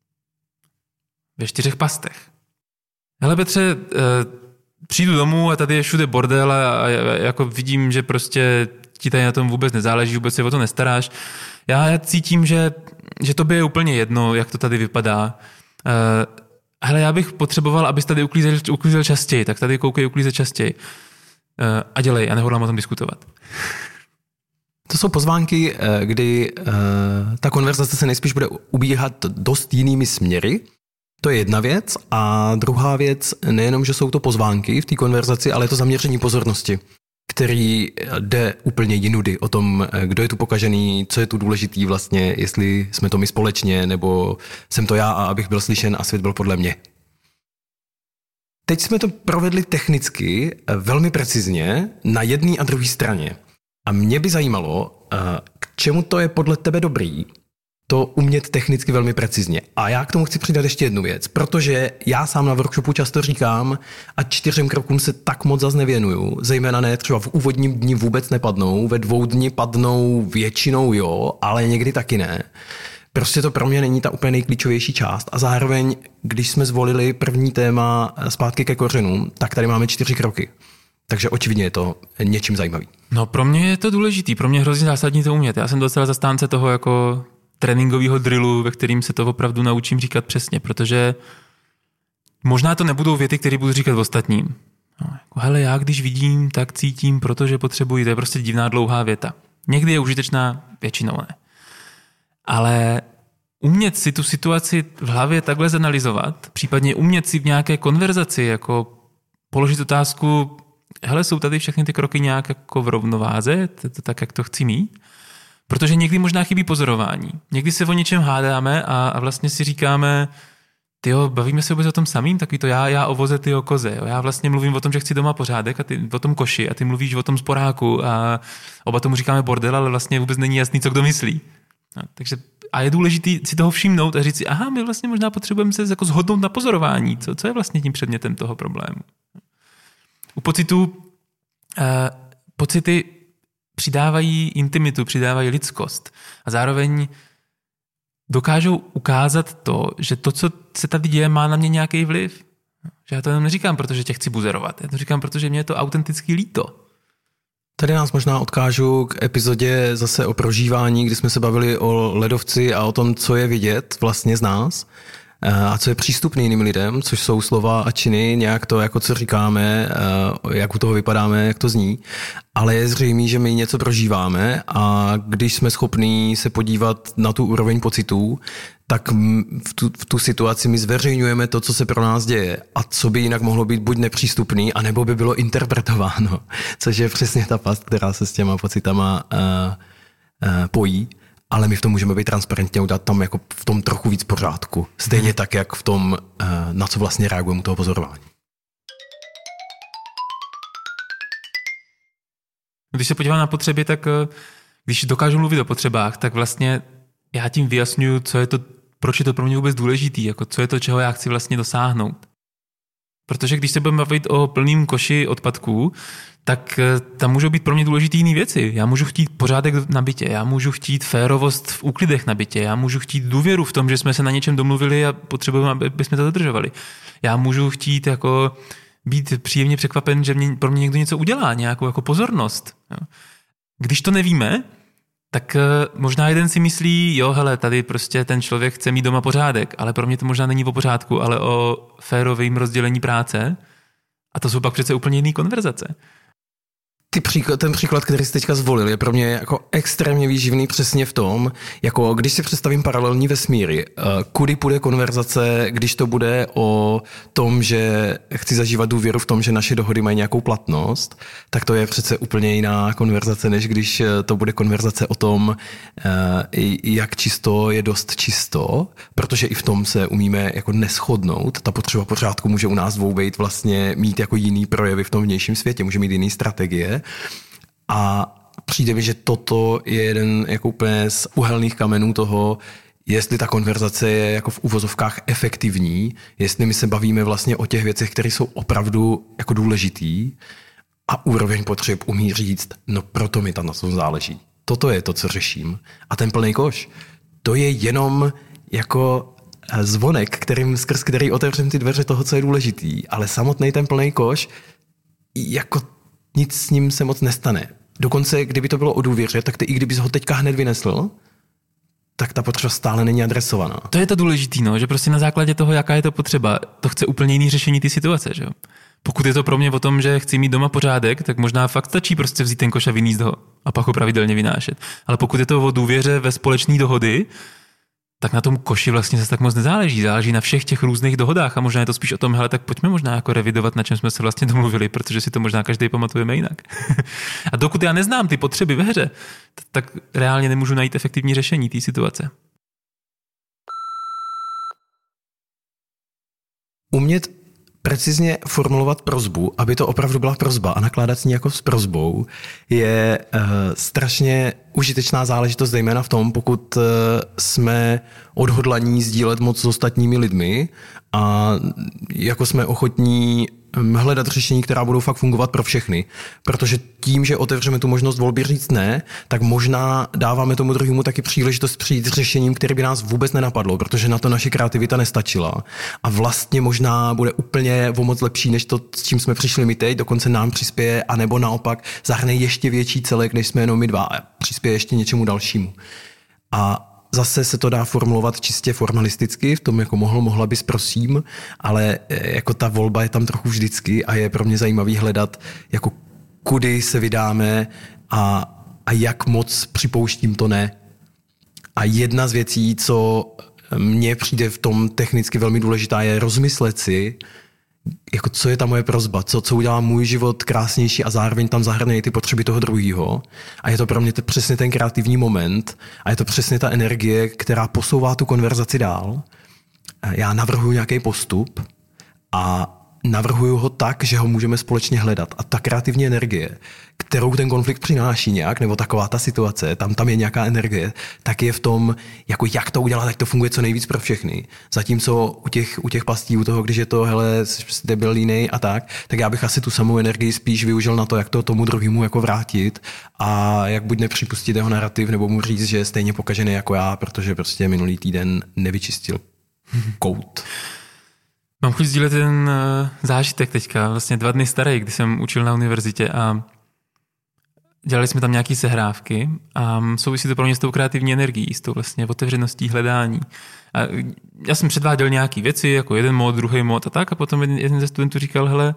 Ve čtyřech pastech. Hele Petře, přijdu domů a tady je všude bordel a jako vidím, že prostě ti tady na tom vůbec nezáleží, vůbec se o to nestaráš. Já cítím, že, že tobě je úplně jedno, jak to tady vypadá. Hele, já bych potřeboval, abys tady uklízel, uklízel častěji, tak tady koukej uklízet častěji. A dělej, já nehodlám o tom diskutovat. To jsou pozvánky, kdy ta konverzace se nejspíš bude ubíhat dost jinými směry. To je jedna věc. A druhá věc, nejenom, že jsou to pozvánky v té konverzaci, ale je to zaměření pozornosti, který jde úplně jinudy o tom, kdo je tu pokažený, co je tu důležitý vlastně, jestli jsme to my společně, nebo jsem to já a abych byl slyšen a svět byl podle mě. Teď jsme to provedli technicky velmi precizně na jedné a druhé straně. A mě by zajímalo, k čemu to je podle tebe dobrý, to umět technicky velmi precizně. A já k tomu chci přidat ještě jednu věc, protože já sám na workshopu často říkám, a čtyřem krokům se tak moc zas nevěnuju, zejména ne třeba v úvodním dni vůbec nepadnou, ve dvou dni padnou většinou jo, ale někdy taky ne. Prostě to pro mě není ta úplně nejklíčovější část a zároveň, když jsme zvolili první téma zpátky ke kořenům, tak tady máme čtyři kroky. Takže očividně je to něčím zajímavý. No pro mě je to důležitý, pro mě hrozně zásadní to umět. Já jsem docela zastánce toho jako tréninkového drillu, ve kterým se to opravdu naučím říkat přesně, protože možná to nebudou věty, které budu říkat ostatním. No, jako, hele, já když vidím, tak cítím, protože potřebuji. To je prostě divná dlouhá věta. Někdy je užitečná, většinou ne. Ale umět si tu situaci v hlavě takhle zanalyzovat, případně umět si v nějaké konverzaci jako položit otázku, hele, jsou tady všechny ty kroky nějak jako v rovnováze, to, to tak, jak to chci mít. Protože někdy možná chybí pozorování. Někdy se o něčem hádáme a, a vlastně si říkáme, tyjo, bavíme se vůbec o tom samým, takový to já, já o voze, ty o koze. Jo. Já vlastně mluvím o tom, že chci doma pořádek a ty o tom koši a ty mluvíš o tom sporáku a oba tomu říkáme bordel, ale vlastně vůbec není jasný, co kdo myslí. No, takže a je důležité si toho všimnout a říct si, aha, my vlastně možná potřebujeme se jako shodnout na pozorování. Co, co je vlastně tím předmětem toho problému? U pocitů eh, pocity přidávají intimitu, přidávají lidskost a zároveň dokážou ukázat to, že to, co se tady děje, má na mě nějaký vliv. Že já to jenom neříkám, protože tě chci buzerovat. Já to říkám, protože mě je to autenticky líto. Tady nás možná odkážu k epizodě zase o prožívání, kdy jsme se bavili o ledovci a o tom, co je vidět vlastně z nás a co je přístupný jiným lidem, což jsou slova a činy, nějak to, jako co říkáme, jak u toho vypadáme, jak to zní. Ale je zřejmé, že my něco prožíváme a když jsme schopní se podívat na tu úroveň pocitů, tak v tu, v tu situaci my zveřejňujeme to, co se pro nás děje a co by jinak mohlo být buď nepřístupný, anebo by bylo interpretováno, což je přesně ta past, která se s těma pocitama uh, uh, pojí, ale my v tom můžeme být transparentně, udělat tam jako v tom trochu víc pořádku. Stejně tak, jak v tom, uh, na co vlastně reagujeme u toho pozorování. Když se podívám na potřeby, tak když dokážu mluvit o potřebách, tak vlastně já tím vyjasňuju, co je to, proč je to pro mě vůbec důležitý, jako co je to, čeho já chci vlastně dosáhnout. Protože když se budeme bavit o plným koši odpadků, tak tam můžou být pro mě důležitý jiné věci. Já můžu chtít pořádek na bytě, já můžu chtít férovost v úklidech na bytě, já můžu chtít důvěru v tom, že jsme se na něčem domluvili a potřebujeme, aby jsme to dodržovali. Já můžu chtít jako být příjemně překvapen, že mě, pro mě někdo něco udělá, nějakou jako pozornost. Jo. Když to nevíme, tak možná jeden si myslí, jo, hele, tady prostě ten člověk chce mít doma pořádek, ale pro mě to možná není o pořádku, ale o férovém rozdělení práce. A to jsou pak přece úplně jiný konverzace. Ty příklad, ten příklad, který jsi teďka zvolil, je pro mě jako extrémně výživný přesně v tom, jako když si představím paralelní vesmíry, kudy půjde konverzace, když to bude o tom, že chci zažívat důvěru v tom, že naše dohody mají nějakou platnost, tak to je přece úplně jiná konverzace, než když to bude konverzace o tom, jak čisto je dost čisto, protože i v tom se umíme jako neshodnout. Ta potřeba pořádku může u nás dvou být vlastně mít jako jiný projevy v tom vnějším světě, může mít jiný strategie. A přijde mi, že toto je jeden jako úplně z uhelných kamenů toho, jestli ta konverzace je jako v uvozovkách efektivní, jestli my se bavíme vlastně o těch věcech, které jsou opravdu jako důležitý a úroveň potřeb umí říct, no proto mi tam na tom záleží. Toto je to, co řeším. A ten plný koš, to je jenom jako zvonek, kterým, skrz který otevřem ty dveře toho, co je důležitý. Ale samotný ten plný koš, jako nic s ním se moc nestane. Dokonce, kdyby to bylo o důvěře, tak ty i kdybys ho teďka hned vynesl, tak ta potřeba stále není adresovaná. To je to důležitý, no, že prostě na základě toho, jaká je to potřeba, to chce úplně jiný řešení ty situace, že jo. Pokud je to pro mě o tom, že chci mít doma pořádek, tak možná fakt stačí prostě vzít ten koš a vyníst ho a pak ho pravidelně vynášet. Ale pokud je to o důvěře ve společné dohody, tak na tom koši vlastně zase tak moc nezáleží. Záleží na všech těch různých dohodách a možná je to spíš o tom, hele, tak pojďme možná jako revidovat, na čem jsme se vlastně domluvili, protože si to možná každý pamatujeme jinak. A dokud já neznám ty potřeby ve hře, tak reálně nemůžu najít efektivní řešení té situace. Umět precizně formulovat prosbu, aby to opravdu byla prosba a nakládat s ní jako s prosbou, je uh, strašně užitečná záležitost, zejména v tom, pokud uh, jsme odhodlaní sdílet moc s ostatními lidmi a jako jsme ochotní hledat řešení, která budou fakt fungovat pro všechny. Protože tím, že otevřeme tu možnost volby říct ne, tak možná dáváme tomu druhému taky příležitost přijít s řešením, které by nás vůbec nenapadlo, protože na to naše kreativita nestačila. A vlastně možná bude úplně o moc lepší, než to, s čím jsme přišli my teď, dokonce nám přispěje, anebo naopak zahrne ještě větší celek, než jsme jenom my dva a přispěje ještě něčemu dalšímu. A zase se to dá formulovat čistě formalisticky, v tom jako mohl, mohla bys, prosím, ale jako ta volba je tam trochu vždycky a je pro mě zajímavý hledat, jako kudy se vydáme a, a jak moc připouštím to ne. A jedna z věcí, co mně přijde v tom technicky velmi důležitá, je rozmyslet si, jako co je ta moje prosba, co, co udělá můj život krásnější a zároveň tam zahrne ty potřeby toho druhého. A je to pro mě to přesně ten kreativní moment a je to přesně ta energie, která posouvá tu konverzaci dál. Já navrhuji nějaký postup a navrhuju ho tak, že ho můžeme společně hledat. A ta kreativní energie, kterou ten konflikt přináší nějak, nebo taková ta situace, tam, tam je nějaká energie, tak je v tom, jako jak to udělat, tak to funguje co nejvíc pro všechny. Zatímco u těch, u těch pastí, u toho, když je to, hele, jste byl línej a tak, tak já bych asi tu samou energii spíš využil na to, jak to tomu druhému jako vrátit a jak buď nepřipustit jeho narrativ, nebo mu říct, že je stejně pokažený jako já, protože prostě minulý týden nevyčistil kout. Mám chuť sdílet ten zážitek teďka, vlastně dva dny starý, kdy jsem učil na univerzitě a dělali jsme tam nějaké sehrávky a souvisí to pro mě s tou kreativní energií, s tou vlastně otevřeností hledání. A já jsem předváděl nějaké věci, jako jeden mod, druhý mod a tak a potom jeden, jeden ze studentů říkal, hele,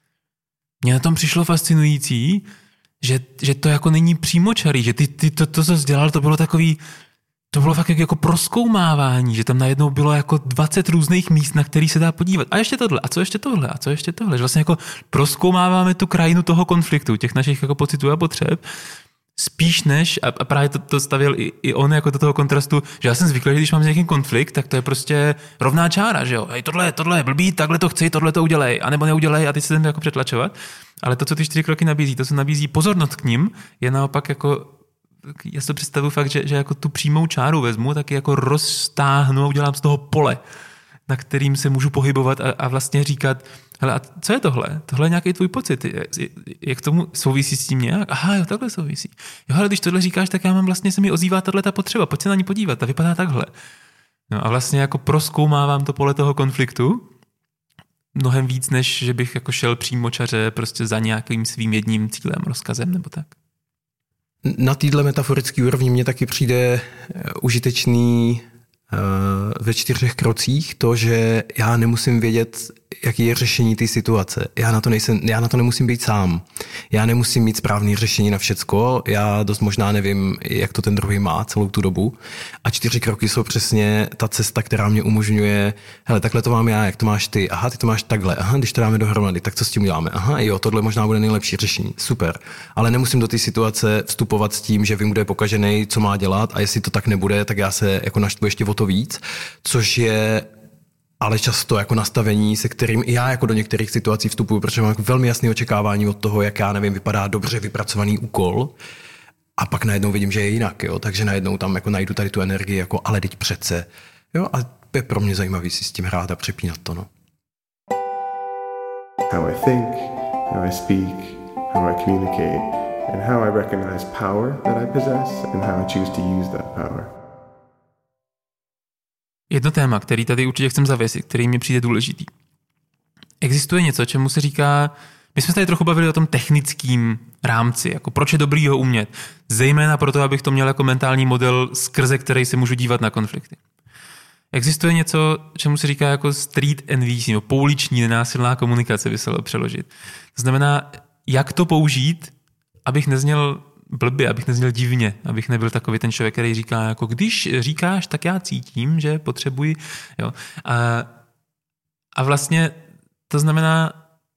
mně na tom přišlo fascinující, že, že to jako není přímočarý, že ty, ty to, to, co jsi dělal, to bylo takový to bylo fakt jako prozkoumávání, že tam najednou bylo jako dvacet různých míst, na který se dá podívat. A ještě tohle, a co ještě tohle, a co ještě tohle. Že vlastně jako prozkoumáváme tu krajinu toho konfliktu, těch našich jako pocitů a potřeb, spíš než, a právě to, to stavěl i, i on jako do toho kontrastu, že já jsem zvyklý, že když mám s někým konflikt, tak to je prostě rovná čára, že jo. Hej, tohle, tohle je blbý, takhle to chci, tohle to udělej, anebo neudělej a teď se jdem jako přetlačovat. Ale to, co ty čtyři kroky nabízí, to, co nabízí pozornost k ním, je naopak jako, já si to představuji fakt, že, že jako tu přímou čáru vezmu, tak ji jako roztáhnu a udělám z toho pole, na kterým se můžu pohybovat a, a vlastně říkat, hele, a co je tohle? Tohle je nějaký tvůj pocit. Jak tomu souvisí s tím nějak? Aha, jo, takhle souvisí. Jo, ale když tohle říkáš, tak já mám vlastně, se mi ozývá tahle ta potřeba, pojď se na ní podívat, ta vypadá takhle. No a vlastně jako prozkoumávám to pole toho konfliktu mnohem víc, než že bych jako šel přímočaře prostě za nějakým svým jedním cílem, rozkazem nebo tak. Na této metaforické úrovni mně taky přijde užitečný ve čtyřech krocích to, že já nemusím vědět, jaký je řešení té situace. Já na to nejsem, já na to nemusím být sám. Já nemusím mít správný řešení na všecko. Já dost možná nevím, jak to ten druhý má celou tu dobu. A čtyři kroky jsou přesně ta cesta, která mě umožňuje, hele, takhle to mám já, jak to máš ty. Aha, ty to máš takhle. Aha, když to dáme dohromady, tak co s tím uděláme? Aha, jo, tohle možná bude nejlepší řešení. Super. Ale nemusím do té situace vstupovat s tím, že vím, kdo je pokažený, co má dělat, a jestli to tak nebude, tak já se jako naštvu ještě o to víc, což je ale často jako nastavení, se kterým i já jako do některých situací vstupuju, protože mám jako velmi jasné očekávání od toho, jak já nevím, vypadá dobře vypracovaný úkol, a pak najednou vidím, že je jinak, jo, takže najednou tam jako najdu tady tu energii, jako ale teď přece, jo, a je pro mě zajímavý si s tím hrát a přepínat to, no. How I think, how I speak, how I communicate, and how I recognize power that I possess and how I choose to use that power. Jedno téma, který tady určitě chcem zavěsit, který mi přijde důležitý. Existuje něco, čemu se říká, my jsme se tady trochu bavili o tom technickém rámci, jako proč je dobrý ho umět, zejména proto, abych to měl jako mentální model, skrze který se můžu dívat na konflikty. Existuje něco, čemu se říká jako street N V C, nebo pouliční nenásilná komunikace, by se dalo přeložit. To znamená, jak to použít, abych nezněl blbě, abych nezněl divně, abych nebyl takový ten člověk, který říká, jako když říkáš, tak já cítím, že potřebuji. Jo. A, a vlastně to znamená,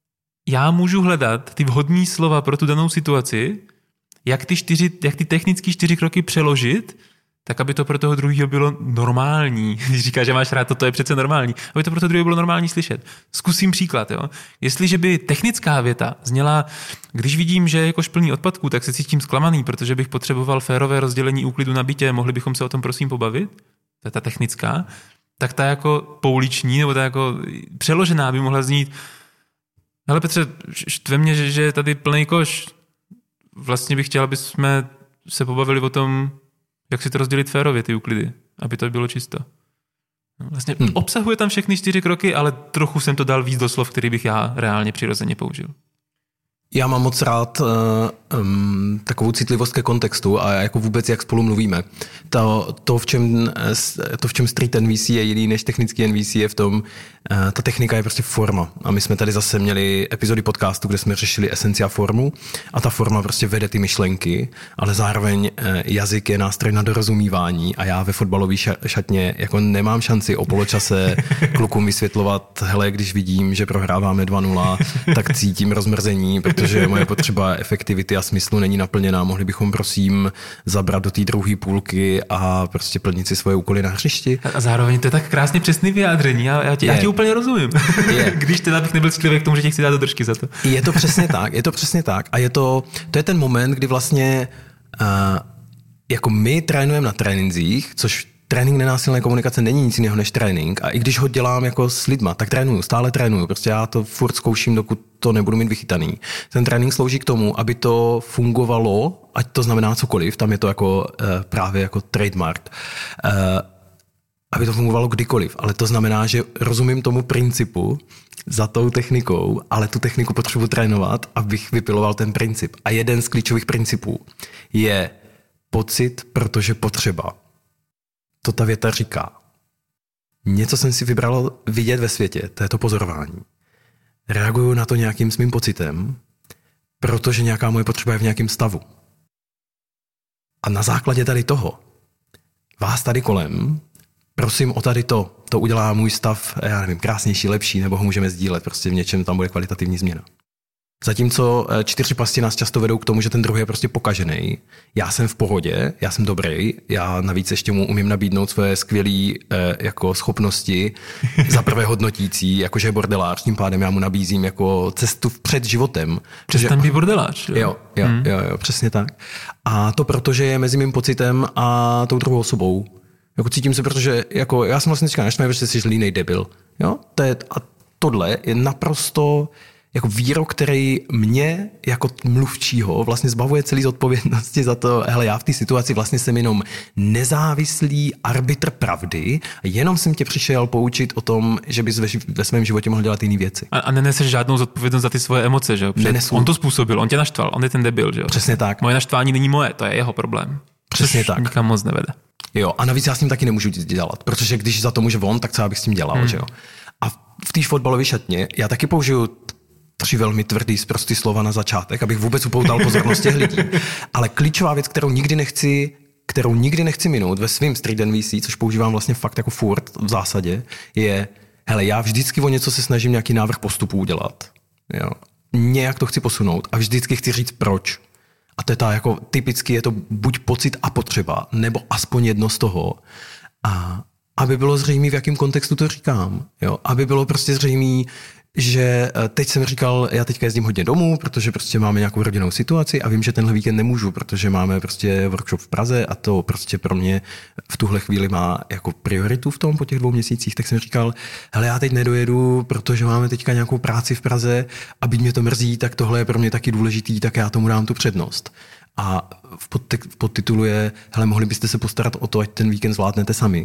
já můžu hledat ty vhodné slova pro tu danou situaci, jak ty, čtyři, jak ty technické čtyři kroky přeložit, tak aby to pro toho druhého bylo normální. Když říkáš, že máš rád, to, to je přece normální. Aby to pro toho druhého bylo normální slyšet. Zkusím příklad. Jo? Jestliže by technická věta zněla, když vidím, že je jako plný odpadků, tak se cítím zklamaný, protože bych potřeboval férové rozdělení úklidu na bytě, mohli bychom se o tom prosím pobavit? To je ta technická. Tak ta jako pouliční, nebo ta jako přeložená by mohla znít, hele Petře, štve mě, že, že je tady plný koš. Vlastně bych chtěl, aby jsme se pobavili o tom, jak si to rozdělit férově, ty úklidy, aby to bylo čisto. Vlastně hmm. obsahuje tam všechny čtyři kroky, ale trochu jsem to dal víc do slov, který bych já reálně přirozeně použil. Já mám moc rád uh, um, takovou citlivost ke kontextu a jako vůbec, jak spolu mluvíme. To, to, v čem, to, v čem street N V C je jiný než technický N V C, je v tom, uh, ta technika je prostě forma. A my jsme tady zase měli epizody podcastu, kde jsme řešili esenci a formu, a ta forma prostě vede ty myšlenky, ale zároveň uh, jazyk je nástroj na dorozumívání, a já ve fotbalové šatně jako nemám šanci o poločase klukům vysvětlovat, hele, když vidím, že prohráváme dva nula, tak cítím rozmrzení, protože moje potřeba efektivity a smyslu není naplněná. Mohli bychom prosím zabrat do té druhé půlky a prostě plnit si svoje úkoly na hřišti. A zároveň to je tak krásně přesný vyjádření. A já ti, já ti úplně rozumím. Když teda bych nebyl citlivý k tomu, že tě chci dát do držky za to. Je to přesně tak, je to přesně tak. A je to, to je ten moment, kdy vlastně uh, jako my trénujeme na trénincích, což trénink nenásilné komunikace není nic jiného než trénink. A i když ho dělám jako s lidma, tak trénuju, stále trénuju. Prostě já to furt zkouším, dokud to nebudu mít vychytaný. Ten trénink slouží k tomu, aby to fungovalo, ať to znamená cokoliv, tam je to jako uh, právě jako trademark, uh, aby to fungovalo kdykoliv. Ale to znamená, že rozumím tomu principu za tou technikou, ale tu techniku potřebuji trénovat, abych vypiloval ten princip. A jeden z klíčových principů je pocit, protože potřeba. To ta věta říká. Něco jsem si vybral vidět ve světě, to je to pozorování. Reaguju na to nějakým svým pocitem, protože nějaká moje potřeba je v nějakém stavu. A na základě tady toho vás tady kolem, prosím o tady to, to udělá můj stav, já nevím, krásnější, lepší, nebo ho můžeme sdílet, prostě v něčem tam bude kvalitativní změna. Zatímco čtyři pasti nás často vedou k tomu, že ten druhý je prostě pokažený. Já jsem v pohodě, já jsem dobrý, já navíc ještě mu umím nabídnout svoje skvělé eh, jako schopnosti, za prvé hodnotící, jakože je bordelář, tím pádem já mu nabízím jako cestu vpřed životem. Přestaň být bordelář. Jo, jo, jo, hmm. jo, jo, přesně tak. A to protože je mezi mým pocitem a tou druhou osobou. Jako cítím se, protože jako já jsem vlastně říkal, naštvaný, že jsi línej debil. Jo? To je, a tohle je naprosto jako výrok, který mě jako mluvčího vlastně zbavuje celý zodpovědnosti za to, hele, já v té situaci vlastně jsem jenom nezávislý arbitr pravdy, jenom jsem tě přišel poučit o tom, že bys ve, ve svém životě mohl dělat jiné věci. A, a neneseš žádnou zodpovědnost za ty svoje emoce, že jo? On to způsobil, on tě naštval, on je ten debil, že jo? Přesně tak. Moje naštvání není moje, to je jeho problém. Přesně tak. Nikam moc nevede. Jo, a navíc já s ním taky nemůžu nic dělat, protože když za to může on, tak co já bych s tím dělal, hmm. že jo? A v té fotbalové šatně já taky použiju tři velmi tvrdý sprostý slova na začátek, abych vůbec upoutal pozornost těch lidí. Ale klíčová věc, kterou nikdy nechci, kterou nikdy nechci minout ve svým Street N V C, což používám vlastně fakt jako furt v zásadě, je, hele, já vždycky o něco se snažím nějaký návrh postupů udělat. Jo. Nějak to chci posunout a vždycky chci říct proč. A to je ta, jako typicky je to buď pocit a potřeba, nebo aspoň jedno z toho. A aby bylo zřejmé, v jakém kontextu to říkám. Jo. Aby bylo prostě zřejmé, že teď jsem říkal, já teďka jezdím hodně domů, protože prostě máme nějakou rodinnou situaci a vím, že tenhle víkend nemůžu, protože máme prostě workshop v Praze a to prostě pro mě v tuhle chvíli má jako prioritu v tom po těch dvou měsících, tak jsem říkal, hele, já teď nedojedu, protože máme teďka nějakou práci v Praze a byť mě to mrzí, tak tohle je pro mě taky důležitý, tak já tomu dám tu přednost. A v podtitulu je, hele, mohli byste se postarat o to, ať ten víkend zvládnete sami.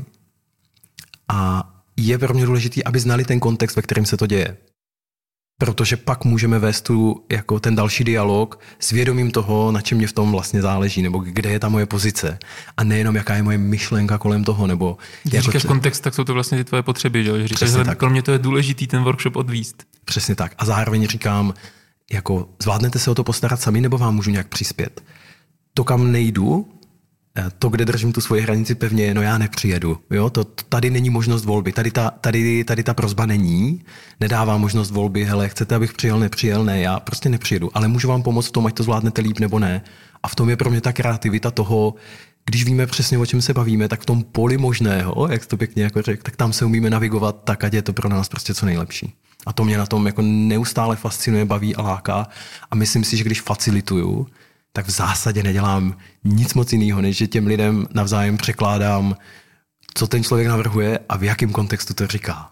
A je pro mě důležitý, aby znali ten kontext, ve kterém se to děje. Protože pak můžeme vést tu, jako ten další dialog s vědomím toho, na čem mě v tom vlastně záleží, nebo kde je ta moje pozice. A nejenom, jaká je moje myšlenka kolem toho, nebo... Když jako říkáš tě... kontext, tak jsou to vlastně ty tvoje potřeby, že, že říkáš, že pro mě to je důležitý ten workshop odvíst. Přesně tak. A zároveň říkám, jako zvládnete se o to postarat sami, nebo vám můžu nějak přispět. To, kam nejdu, to, kde držím tu svoji hranici pevně, no já nepřijedu. Jo? To, tady není možnost volby. Tady ta, tady, tady ta prosba není. Nedává možnost volby. Hele, chcete, abych přijel, nepřijel? Ne, já prostě nepřijedu. Ale můžu vám pomoct v tom, ať to zvládnete líp nebo ne. A v tom je pro mě ta kreativita toho, když víme přesně, o čem se bavíme, tak v tom poli možného, jak to pěkně jako řekl, tak tam se umíme navigovat tak, ať je to pro nás prostě co nejlepší. A to mě na tom jako neustále fascinuje, baví a láká. A myslím si, že když facilituju, tak v zásadě nedělám nic moc jiného, než že těm lidem navzájem překládám, co ten člověk navrhuje a v jakém kontextu to říká.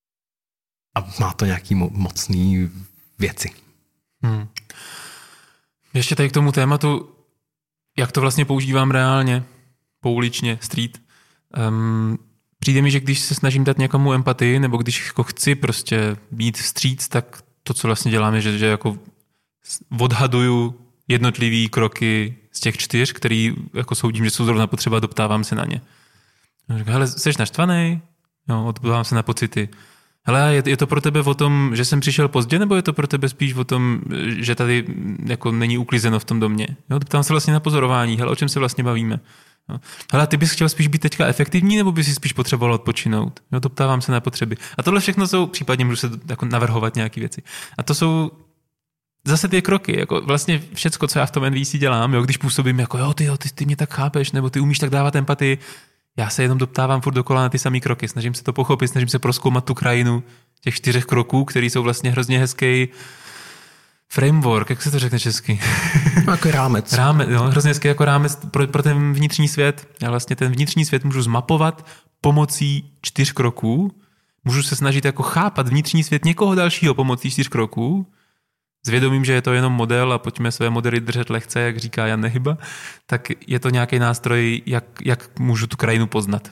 A má to nějaký mo- mocný věci. Hmm. Ještě tady k tomu tématu, jak to vlastně používám reálně, pouličně, street. Um, přijde mi, že když se snažím dát někomu empatii, nebo když jako chci prostě být vstříc, tak to, co vlastně děláme, že, že jako odhaduju jednotlivý kroky z těch čtyř, který jako soudím, že jsou zrovna potřeba, doptávám se na ně. Říkám, hele, jsi naštvaný? Jo, doptávám se na pocity. Hele, je, je to pro tebe o tom, že jsem přišel pozdě, nebo je to pro tebe spíš o tom, že tady jako není uklizeno v tom domě? Jo, doptávám se vlastně na pozorování. Hele, o čem se vlastně bavíme? Jo. Hele, ty bys chtěl spíš být teďka efektivní, nebo bys si spíš potřeboval odpočinout? Jo, doptávám se na potřeby. A tohle všechno jsou, případně můžu se jako navrhovat nějaké věci. A to jsou zase ty kroky, jako vlastně všecko, co já v tom N V C dělám, jo, když působím jako jo, ty, jo, ty, ty mě tak chápeš, nebo ty umíš tak dávat empatii, já se jenom doptávám furt dokola na ty samý kroky, snažím se to pochopit, snažím se prozkoumat tu krajinu těch čtyřech kroků, který jsou vlastně hrozně hezký framework, jak se to řekne česky? Jako rámec. Rámec, jo, hrozně hezký jako rámec pro, pro ten vnitřní svět. Já vlastně ten vnitřní svět můžu zmapovat pomocí čtyř kroků, můžu se snažit jako chápat vnitřní svět někoho dalšího pomocí čtyř kroků, s vědomím, že je to jenom model a pojďme své modely držet lehce, jak říká Jan Nehyba, tak je to nějaký nástroj, jak, jak můžu tu krajinu poznat.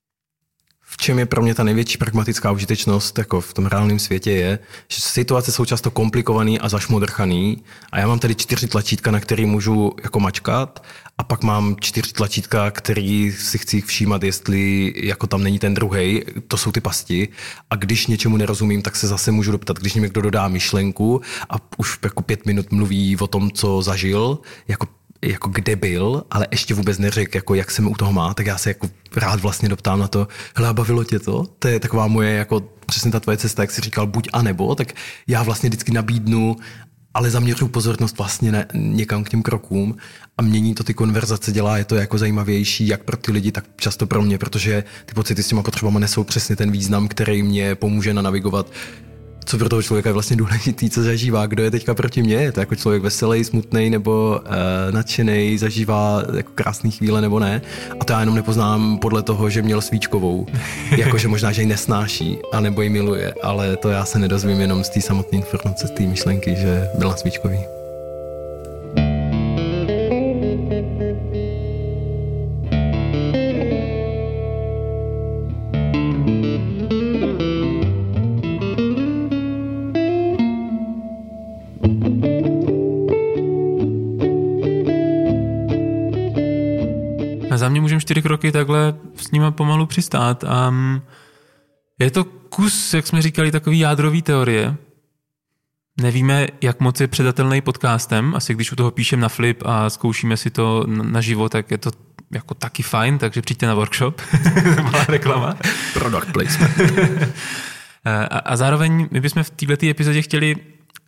V čem je pro mě ta největší pragmatická užitečnost jako v tom reálném světě je, že situace jsou často komplikované a zašmodrchaný a já mám tady čtyři tlačítka, na který můžu jako mačkat a pak mám čtyři tlačítka, který si chci všímat, jestli jako tam není ten druhej, to jsou ty pasti a když něčemu nerozumím, tak se zase můžu doptat, když mi někdo dodá myšlenku a už jako pět minut mluví o tom, co zažil, jako jako kde byl, ale ještě vůbec neřekl, jako jak se mi u toho má, tak já se jako rád vlastně doptám na to, hele, bavilo tě to? To je taková moje, jako přesně ta tvoje cesta, jak jsi říkal, buď a nebo, tak já vlastně vždycky nabídnu, ale zaměřuju pozornost vlastně ne, někam k těm krokům a mění to ty konverzace, dělá je to jako zajímavější, jak pro ty lidi, tak často pro mě, protože ty pocity s těma potřebama nesou přesně ten význam, který mě pomůže navigovat, co pro toho člověka je vlastně důležitý, co zažívá, kdo je teďka proti mně, je to jako člověk veselý, smutný nebo uh, nadšený, zažívá jako krásný chvíle nebo ne. A to já jenom nepoznám podle toho, že měl svíčkovou, jakože možná, že ji nesnáší, anebo ji miluje, ale to já se nedozvím jenom z té samotné informace, z té myšlenky, že byla svíčkový. Za mě můžeme čtyři kroky takhle s nima pomalu přistát. A je to kus, jak jsme říkali, takový jádrový teorie. Nevíme, jak moc je předatelný podcastem. Asi když u toho píšem na Flip a zkoušíme si to naživo, tak je to jako taky fajn, takže přijďte na workshop. Malá reklama. Product placement. a, a zároveň my bychom v této epizodě chtěli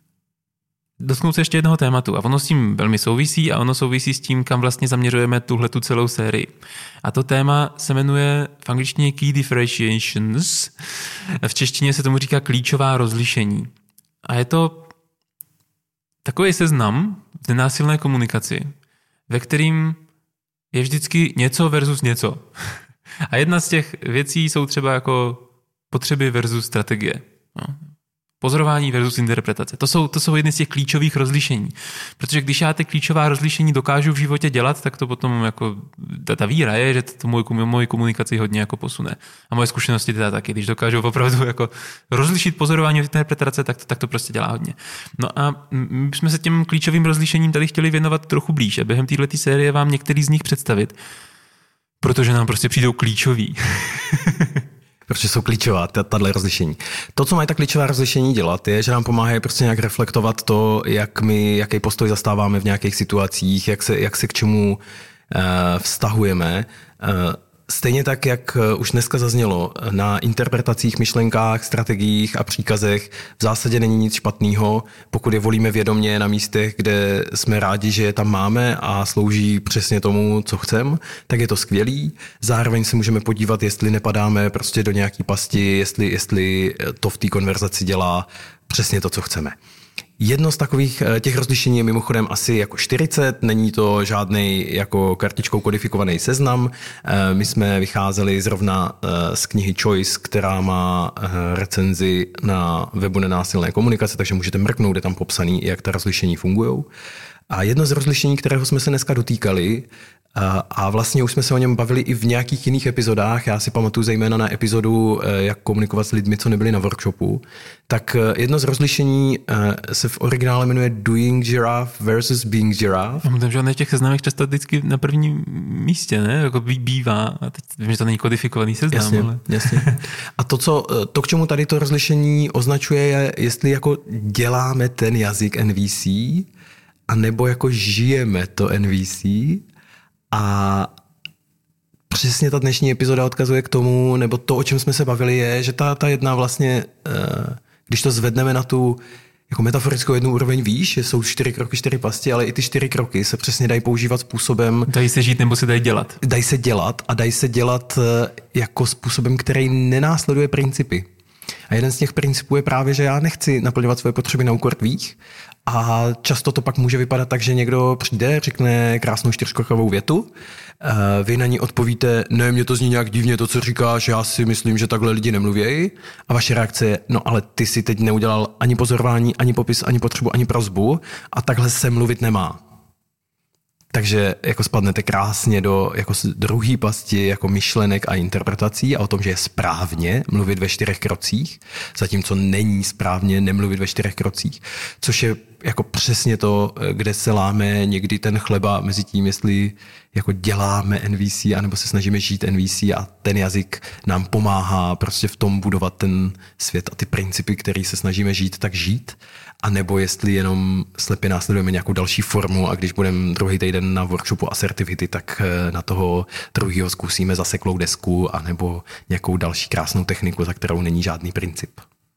dotknout se ještě jednoho tématu a ono s tím velmi souvisí a ono souvisí s tím, kam vlastně zaměřujeme tuhletu celou sérii. A to téma se jmenuje v angličtině Key Differentiations, v češtině se tomu říká klíčová rozlišení. A je to takový seznam v nenásilné komunikaci, ve kterým je vždycky něco versus něco. A jedna z těch věcí jsou třeba jako potřeby versus strategie. No. Pozorování versus interpretace. To jsou, to jsou jedny z těch klíčových rozlišení. Protože když já ty klíčová rozlišení dokážu v životě dělat, tak to potom jako ta, ta víra je, že to moji, moji komunikaci hodně jako posune. A moje zkušenosti teda taky. Když dokážu opravdu jako rozlišit pozorování od interpretace, tak to, tak to prostě dělá hodně. No a my jsme se těm klíčovým rozlišením tady chtěli věnovat trochu blíž a během této série vám některý z nich představit, protože nám prostě přijdou klíčoví. Protože jsou klíčová, tato rozlišení. To, co mají ta klíčová rozlišení dělat, je, že nám pomáhají prostě nějak reflektovat to, jak my, jaký postoj zastáváme v nějakých situacích, jak se, jak se k čemu uh, vztahujeme. Uh, Stejně tak, jak už dneska zaznělo, na interpretacích, myšlenkách, strategiích a příkazech v zásadě není nic špatného, pokud je volíme vědomě na místech, kde jsme rádi, že je tam máme a slouží přesně tomu, co chceme, tak je to skvělý. Zároveň se můžeme podívat, jestli nepadáme prostě do nějaký pasti, jestli, jestli to v té konverzaci dělá přesně to, co chceme. Jedno z takových těch rozlišení je mimochodem asi jako čtyřicet, není to žádný jako kartičkou kodifikovaný seznam. My jsme vycházeli zrovna z knihy Choice, která má recenzi na webu Nenásilné komunikace, takže můžete mrknout, je tam popsaný, jak ta rozlišení fungují. A jedno z rozlišení, kterého jsme se dneska dotýkali, a vlastně už jsme se o něm bavili i v nějakých jiných epizodách, já si pamatuju zejména na epizodu, jak komunikovat s lidmi, co nebyli na workshopu, tak jedno z rozlišení se v originále jmenuje Doing Giraffe versus Being Giraffe. Mám tam, že on je v těch seznamech často vždycky na prvním místě, ne? Jako bývá. A teď vím, že to není kodifikovaný seznam. Jasně, ale... jasně. A to, co, to, k čemu tady to rozlišení označuje, je, jestli jako děláme ten jazyk N V C, a nebo jako žijeme to N V C. A přesně ta dnešní epizoda odkazuje k tomu, nebo to, o čem jsme se bavili, je, že ta, ta jedna vlastně, když to zvedneme na tu jako metaforickou jednu úroveň výš, jsou čtyři kroky, čtyři pasti, ale i ty čtyři kroky se přesně dají používat způsobem... Dají se žít nebo se dají dělat. Dají se dělat a dají se dělat jako způsobem, který nenásleduje principy. A jeden z těch principů je právě, že já nechci naplňovat své potřeby na úkor tvých. A často to pak může vypadat tak, že někdo přijde, řekne krásnou čtyřkrokovou větu, vy na ní odpovíte, ne, mně to zní nějak divně, to, co říkáš, já si myslím, že takhle lidi nemluvějí. A vaše reakce je, no ale ty si teď neudělal ani pozorování, ani popis, ani potřebu, ani prosbu a takhle se mluvit nemá. Takže jako spadnete krásně do jako druhé pasti jako myšlenek a interpretací a o tom, že je správně mluvit ve čtyřech krocích, zatímco není správně nemluvit ve čtyřech krocích, což je jako přesně to, kde se láme někdy ten chleba mezi tím, jestli jako děláme N V C, anebo se snažíme žít N V C a ten jazyk nám pomáhá prostě v tom budovat ten svět a ty principy, který se snažíme žít, tak žít, a nebo jestli jenom slepě následujeme nějakou další formu a když budeme druhý týden na workshopu Assertivity, tak na toho druhýho zkusíme zaseklou desku anebo nějakou další krásnou techniku, za kterou není žádný princip.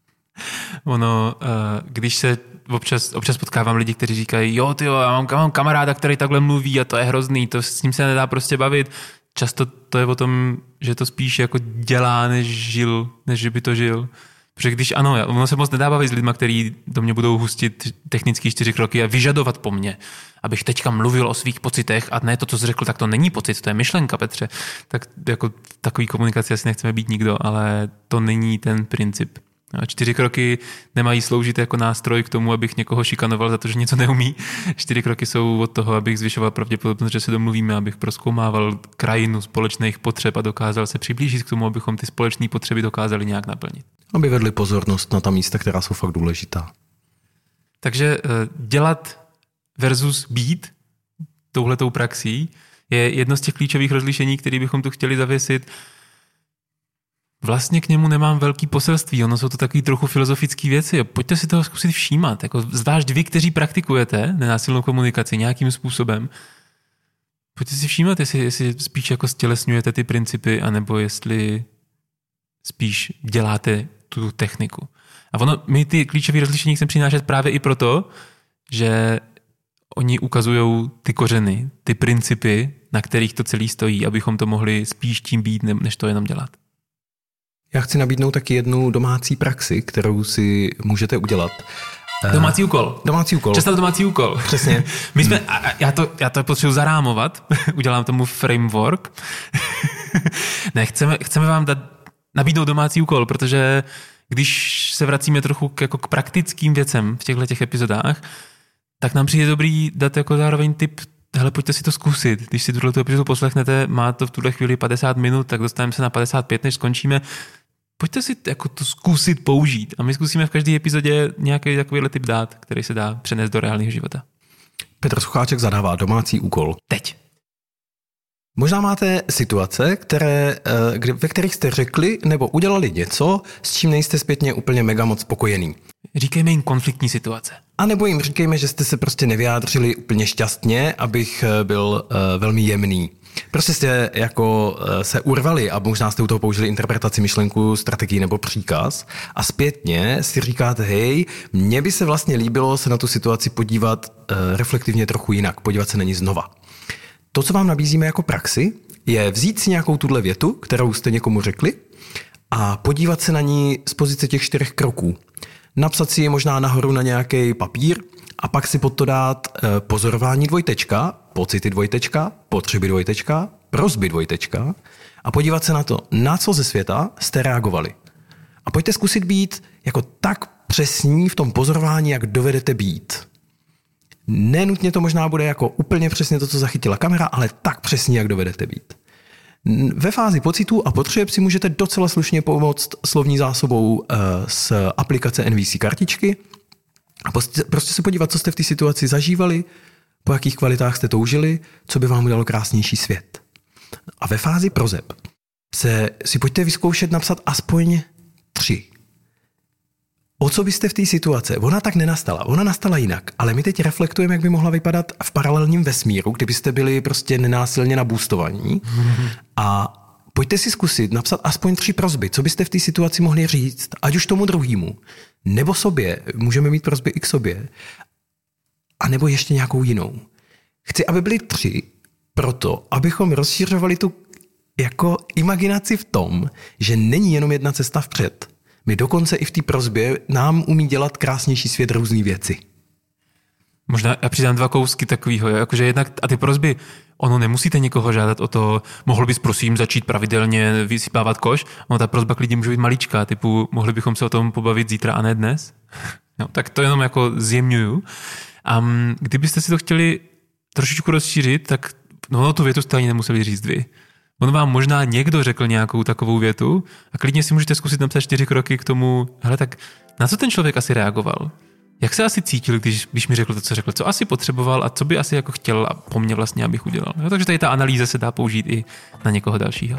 Ono, když se občas, občas potkávám lidi, kteří říkají, jo, tyjo, já mám, mám kamaráda, který takhle mluví a to je hrozný, to s ním se nedá prostě bavit. Často to je o tom, že to spíš jako dělá, než žil, než že by to žil. Protože když ano, ono se moc nedá bavit s lidma, kteří do mě budou hustit technický čtyři kroky a vyžadovat po mně, abych teďka mluvil o svých pocitech a ne to, co jsi řekl, tak to není pocit, to je myšlenka, Petře. Tak jako v takový komunikaci asi nechceme být nikdo, ale to není ten princip. Čtyři kroky nemají sloužit jako nástroj k tomu, abych někoho šikanoval za to, že něco neumí. Čtyři kroky jsou od toho, abych zvyšoval pravděpodobnost, že se domluvíme, abych prozkoumával krajinu společných potřeb a dokázal se přiblížit k tomu, abychom ty společné potřeby dokázali nějak naplnit. Aby vedli pozornost na ta místa, která jsou fakt důležitá. Takže dělat versus být touhletou praxí je jedno z těch klíčových rozlišení, které bychom tu chtěli zavěsit. Vlastně k němu nemám velký poselství, ono jsou to takový trochu filozofické věci. Pojďte si toho zkusit všímat. Jako zvlášť vy, kteří praktikujete nenásilnou komunikaci nějakým způsobem, pojďte si všímat, jestli, jestli spíš jako stělesňujete ty principy, anebo jestli spíš děláte tu techniku. A ono, my ty klíčové rozlišení chceme přinášet právě i proto, že oni ukazují ty kořeny, ty principy, na kterých to celý stojí, abychom to mohli spíš tím být, než to jenom dělat. Já chci nabídnout taky jednu domácí praxi, kterou si můžete udělat. Domácí úkol. Domácí úkol. Představ domácí úkol. Přesně. My jsme, a já to, já to potřebuji zarámovat, udělám tomu framework. Ne, chceme, chceme vám dát, nabídnout domácí úkol, protože když se vracíme trochu k, jako k praktickým věcem v těchto těch epizodách, tak nám přijde dobrý dát jako zároveň tip, hele, pojďte si to zkusit. Když si tuhle epizodu poslechnete, má to v tuhle chvíli padesát minut, tak dostaneme se na padesát pět, než skončíme. Pojďte si jako to zkusit použít a my zkusíme v každé epizodě nějaký takovýhle tip dát, který se dá přenést do reálného života. Petr Sucháček zadává domácí úkol. Teď. Možná máte situace, které, ve kterých jste řekli nebo udělali něco, s čím nejste zpětně úplně mega moc spokojený. Říkejme jim konfliktní situace. A nebo jim říkejme, že jste se prostě nevyjádřili úplně šťastně, abych byl uh, velmi jemný. Prostě jste jako uh, se urvali a možná jste u toho použili interpretaci, myšlenku, strategii nebo příkaz a zpětně si říkáte, hej, mně by se vlastně líbilo se na tu situaci podívat uh, reflektivně trochu jinak, podívat se na ní znova. To, co vám nabízíme jako praxi, je vzít si nějakou tuhle větu, kterou jste někomu řekli a podívat se na ní z pozice těch čtyřech kroků. Napsat si ji možná nahoru na nějaký papír a pak si pod to dát pozorování dvojtečka, pocity dvojtečka, potřeby dvojtečka, prosby dvojtečka a podívat se na to, na co ze světa jste reagovali. A pojďte zkusit být jako tak přesní v tom pozorování, jak dovedete být. Nenutně to možná bude jako úplně přesně to, co zachytila kamera, ale tak přesně, jak dovedete být. Ve fázi pocitů a potřeb si můžete docela slušně pomoct slovní zásobou z aplikace N V C kartičky a prostě se podívat, co jste v té situaci zažívali, po jakých kvalitách jste toužili, co by vám udělalo krásnější svět. A ve fázi prozeb se si pojďte vyzkoušet napsat aspoň tři. O co byste v té situaci? Ona tak nenastala, ona nastala jinak, ale my teď reflektujeme, jak by mohla vypadat v paralelním vesmíru, kdybyste byli prostě nenásilně naboostovaní. A pojďte si zkusit napsat aspoň tři prosby, co byste v té situaci mohli říct, ať už tomu druhému, nebo sobě, můžeme mít prosby i k sobě, a nebo ještě nějakou jinou. Chci, aby byly tři, proto, abychom rozšiřovali tu jako imaginaci v tom, že není jenom jedna cesta vpřed. My dokonce i v té prosbě nám umí dělat krásnější svět různý věci. Možná já přidám dva kousky takového, jakože jednak, a ty prosby, ono nemusíte někoho žádat o to, mohl bys prosím začít pravidelně vysypávat koš, ono ta prosba klidně může být maličká, typu mohli bychom se o tom pobavit zítra a ne dnes. No, tak to jenom jako zjemňuju. A kdybyste si to chtěli trošičku rozšířit, tak no, tu větu jste ani nemuseli říct vy. On vám možná někdo řekl nějakou takovou větu a klidně si můžete zkusit napsat čtyři kroky k tomu, hele, tak na co ten člověk asi reagoval? Jak se asi cítil, když, když mi řekl to, co řekl? Co asi potřeboval a co by asi jako chtěl a po mně vlastně, abych udělal? Jo, takže tady ta analýza se dá použít i na někoho dalšího.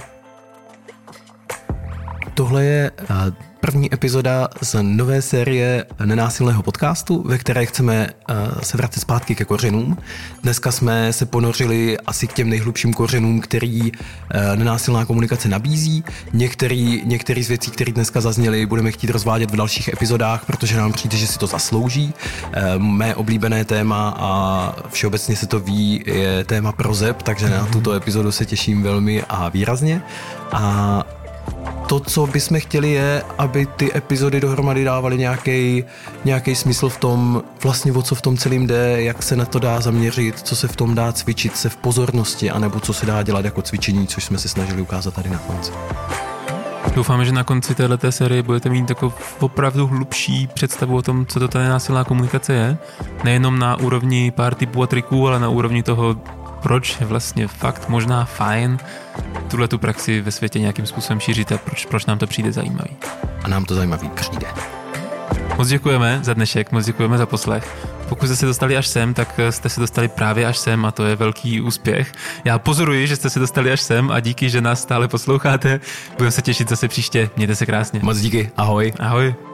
Tohle je první epizoda z nové série nenásilného podcastu, ve které chceme se vrátit zpátky ke kořenům. Dneska jsme se ponořili asi k těm nejhlubším kořenům, který nenásilná komunikace nabízí. Některý, některý z věcí, které dneska zazněly, budeme chtít rozvádět v dalších epizodách, protože nám přijde, že si to zaslouží. Mé oblíbené téma a všeobecně se to ví, je téma prozeb, takže na tuto epizodu se těším velmi a výrazně. A to, co bychom chtěli, je, aby ty epizody dohromady dávaly nějaký nějaký smysl v tom, vlastně o co v tom celým jde, jak se na to dá zaměřit, co se v tom dá cvičit, se v pozornosti, anebo co se dá dělat jako cvičení, což jsme se snažili ukázat tady na konci. Doufáme, že na konci téhleté série budete mít takovou opravdu hlubší představu o tom, co to ta nenásilná komunikace je. Nejenom na úrovni pár typů a triků, ale na úrovni toho, proč je vlastně fakt možná fajn tuhle tu praxi ve světě nějakým způsobem šířit a proč, proč nám to přijde zajímavý. A nám to zajímavý přijde. Moc děkujeme za dnešek, moc děkujeme za poslech. Pokud jste se dostali až sem, tak jste se dostali právě až sem a to je velký úspěch. Já pozoruji, že jste se dostali až sem a díky, že nás stále posloucháte. Budeme se těšit zase příště. Mějte se krásně. Moc díky. Ahoj. Ahoj.